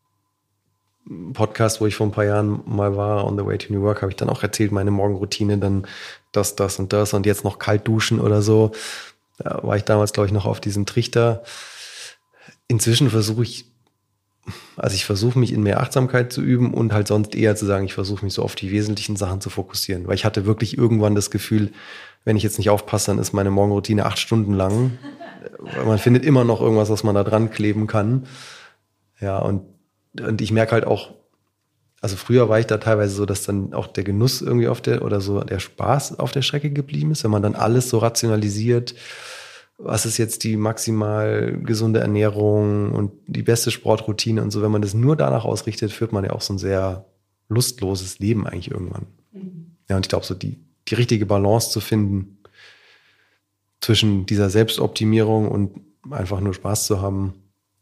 Podcast, wo ich vor ein paar Jahren mal war, On the Way to New Work, habe ich dann auch erzählt, meine Morgenroutine, dann das, das und das und jetzt noch kalt duschen oder so. Da war ich damals, glaube ich, noch auf diesem Trichter. Inzwischen versuche ich, also ich versuche mich in mehr Achtsamkeit zu üben und halt sonst eher zu sagen, ich versuche mich so auf die wesentlichen Sachen zu fokussieren. Weil ich hatte wirklich irgendwann das Gefühl, wenn ich jetzt nicht aufpasse, dann ist meine Morgenroutine acht Stunden lang. Man findet immer noch irgendwas, was man da dran kleben kann. Ja, und Und ich merke halt auch, also früher war ich da teilweise so, dass dann auch der Genuss irgendwie auf der, oder so der Spaß auf der Strecke geblieben ist, wenn man dann alles so rationalisiert, was ist jetzt die maximal gesunde Ernährung und die beste Sportroutine und so, wenn man das nur danach ausrichtet, führt man ja auch so ein sehr lustloses Leben eigentlich irgendwann. Mhm. Ja, und ich glaube, so die, die richtige Balance zu finden zwischen dieser Selbstoptimierung und einfach nur Spaß zu haben,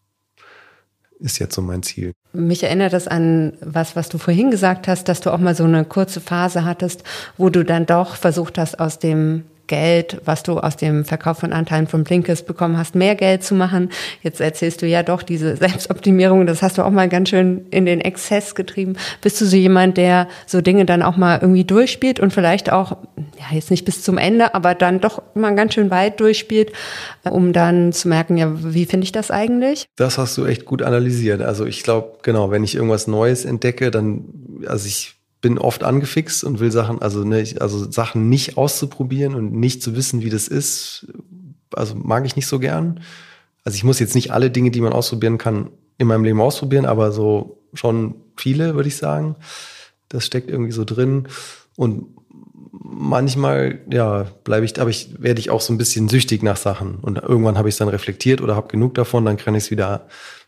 ist jetzt so mein Ziel. Mich erinnert das an was, was du vorhin gesagt hast, dass du auch mal so eine kurze Phase hattest, wo du dann doch versucht hast, aus dem Geld, was du aus dem Verkauf von Anteilen von Blinkist bekommen hast, mehr Geld zu machen. Jetzt erzählst du ja doch diese Selbstoptimierung, das hast du auch mal ganz schön in den Exzess getrieben. Bist du so jemand, der so Dinge dann auch mal irgendwie durchspielt und vielleicht auch, ja jetzt nicht bis zum Ende, aber dann doch mal ganz schön weit durchspielt, um dann zu merken, ja, wie finde ich das eigentlich? Das hast du echt gut analysiert. Also ich glaube, genau, wenn ich irgendwas Neues entdecke, dann, also ich bin oft angefixt und will Sachen, also ne, also Sachen nicht auszuprobieren und nicht zu wissen, wie das ist, also mag ich nicht so gern. Also ich muss jetzt nicht alle Dinge, die man ausprobieren kann, in meinem Leben ausprobieren, aber so schon viele, würde ich sagen. Das steckt irgendwie so drin. Und manchmal, ja, bleibe ich, aber ich werde ich auch so ein bisschen süchtig nach Sachen. Und irgendwann habe ich es dann reflektiert oder habe genug davon, dann kann ich es wieder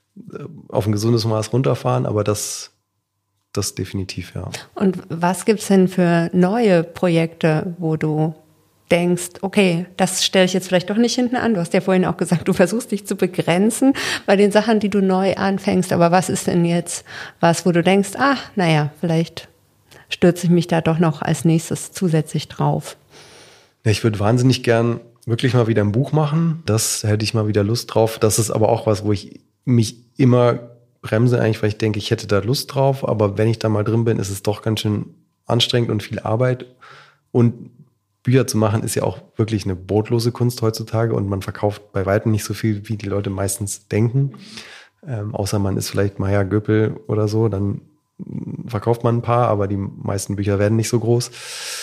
auf ein gesundes Maß runterfahren, aber das Das definitiv, ja. Und was gibt's denn für neue Projekte, wo du denkst, okay, das stelle ich jetzt vielleicht doch nicht hinten an? Du hast ja vorhin auch gesagt, du versuchst dich zu begrenzen bei den Sachen, die du neu anfängst. Aber was ist denn jetzt was, wo du denkst, ah, naja, vielleicht stürze ich mich da doch noch als nächstes zusätzlich drauf? Ja, ich würde wahnsinnig gern wirklich mal wieder ein Buch machen. Das hätte ich mal wieder Lust drauf. Das ist aber auch was, wo ich mich immer bremse eigentlich, weil ich denke, ich hätte da Lust drauf, aber wenn ich da mal drin bin, ist es doch ganz schön anstrengend und viel Arbeit. Und Bücher zu machen ist ja auch wirklich eine brotlose Kunst heutzutage und man verkauft bei weitem nicht so viel, wie die Leute meistens denken. Ähm, außer man ist vielleicht Meier Göpel oder so, dann verkauft man ein paar, aber die meisten Bücher werden nicht so groß.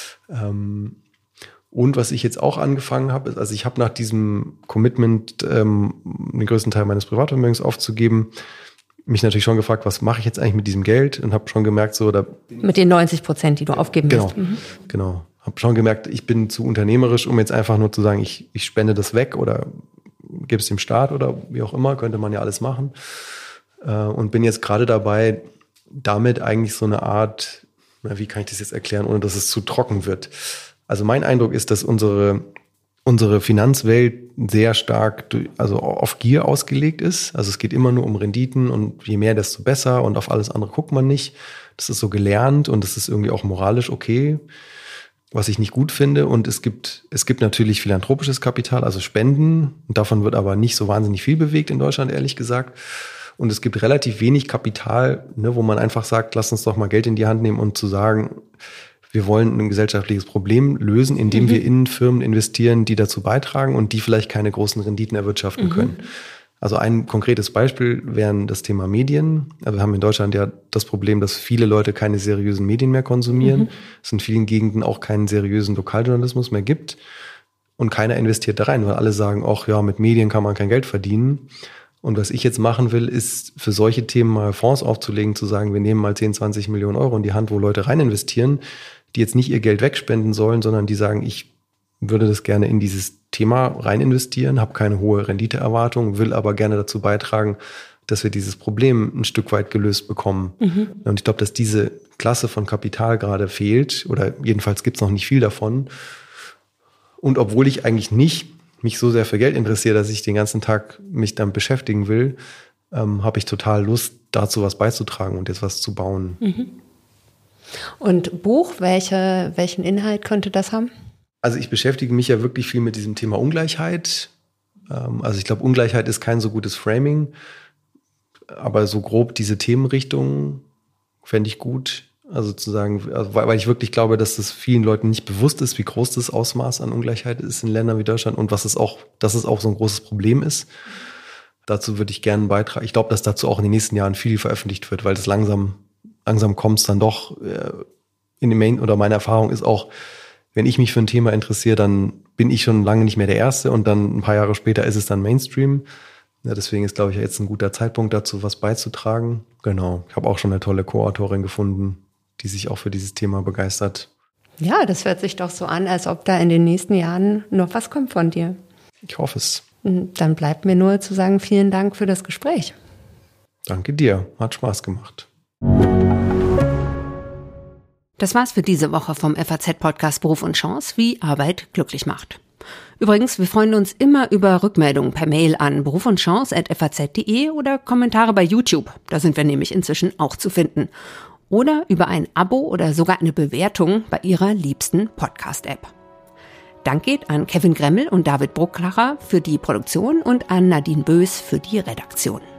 Ähm, und was ich jetzt auch angefangen habe, ist, also ich habe nach diesem Commitment, ähm, den größten Teil meines Privatvermögens aufzugeben, mich natürlich schon gefragt, was mache ich jetzt eigentlich mit diesem Geld? Und habe schon gemerkt, so da mit den neunzig Prozent, die du aufgeben genau, musst. Mhm. Genau. Habe schon gemerkt, ich bin zu unternehmerisch, um jetzt einfach nur zu sagen, ich, ich spende das weg oder gebe es dem Staat oder wie auch immer, könnte man ja alles machen. Äh, und bin jetzt gerade dabei, damit eigentlich so eine Art, na, wie kann ich das jetzt erklären, ohne dass es zu trocken wird? Also mein Eindruck ist, dass unsere unsere Finanzwelt sehr stark, also auf Gier ausgelegt ist. Also es geht immer nur um Renditen und je mehr, desto besser und auf alles andere guckt man nicht. Das ist so gelernt und das ist irgendwie auch moralisch okay, was ich nicht gut finde. Und es gibt, es gibt natürlich philanthropisches Kapital, also Spenden. Und davon wird aber nicht so wahnsinnig viel bewegt in Deutschland, ehrlich gesagt. Und es gibt relativ wenig Kapital, ne, wo man einfach sagt, lass uns doch mal Geld in die Hand nehmen und zu sagen, wir wollen ein gesellschaftliches Problem lösen, indem mhm. wir in Firmen investieren, die dazu beitragen und die vielleicht keine großen Renditen erwirtschaften mhm. können. Also ein konkretes Beispiel wären das Thema Medien. Also wir haben in Deutschland ja das Problem, dass viele Leute keine seriösen Medien mehr konsumieren. Mhm. Es in vielen Gegenden auch keinen seriösen Lokaljournalismus mehr gibt. Und keiner investiert da rein, weil alle sagen, ach ja, mit Medien kann man kein Geld verdienen. Und was ich jetzt machen will, ist für solche Themen mal Fonds aufzulegen, zu sagen, wir nehmen mal zehn, zwanzig Millionen Euro in die Hand, wo Leute rein investieren, die jetzt nicht ihr Geld wegspenden sollen, sondern die sagen, ich würde das gerne in dieses Thema rein investieren, habe keine hohe Renditeerwartung, will aber gerne dazu beitragen, dass wir dieses Problem ein Stück weit gelöst bekommen. Mhm. Und ich glaube, dass diese Klasse von Kapital gerade fehlt, oder jedenfalls gibt es noch nicht viel davon. Und obwohl ich eigentlich nicht mich so sehr für Geld interessiere, dass ich den ganzen Tag mich damit beschäftigen will, ähm, habe ich total Lust, dazu was beizutragen und jetzt was zu bauen. Mhm. Und Buch, welche, welchen Inhalt könnte das haben? Also ich beschäftige mich ja wirklich viel mit diesem Thema Ungleichheit. Ähm, also ich glaube, Ungleichheit ist kein so gutes Framing, aber so grob diese Themenrichtung fände ich gut. Also zu sagen, also weil, weil ich wirklich glaube, dass das vielen Leuten nicht bewusst ist, wie groß das Ausmaß an Ungleichheit ist in Ländern wie Deutschland und was es auch, dass es auch so ein großes Problem ist. Dazu würde ich gerne einen Beitrag. Ich glaube, dass dazu auch in den nächsten Jahren viel veröffentlicht wird, weil das langsam, langsam kommt es dann doch äh, in den Main, oder meine Erfahrung ist auch, wenn ich mich für ein Thema interessiere, dann bin ich schon lange nicht mehr der Erste und dann ein paar Jahre später ist es dann Mainstream. Ja, deswegen ist, glaube ich, jetzt ein guter Zeitpunkt dazu, was beizutragen. Genau. Ich habe auch schon eine tolle Co-Autorin gefunden, die sich auch für dieses Thema begeistert. Ja, das hört sich doch so an, als ob da in den nächsten Jahren noch was kommt von dir. Ich hoffe es. Dann bleibt mir nur zu sagen, vielen Dank für das Gespräch. Danke dir, hat Spaß gemacht. Das war's für diese Woche vom F A Z-Podcast Beruf und Chance, wie Arbeit glücklich macht. Übrigens, wir freuen uns immer über Rückmeldungen per Mail an beruf und chance at f a z punkt d e oder Kommentare bei YouTube. Da sind wir nämlich inzwischen auch zu finden. Oder über ein Abo oder sogar eine Bewertung bei Ihrer liebsten Podcast-App. Dank geht an Kevin Gremmel und David Brucklacher für die Produktion und an Nadine Bös für die Redaktion.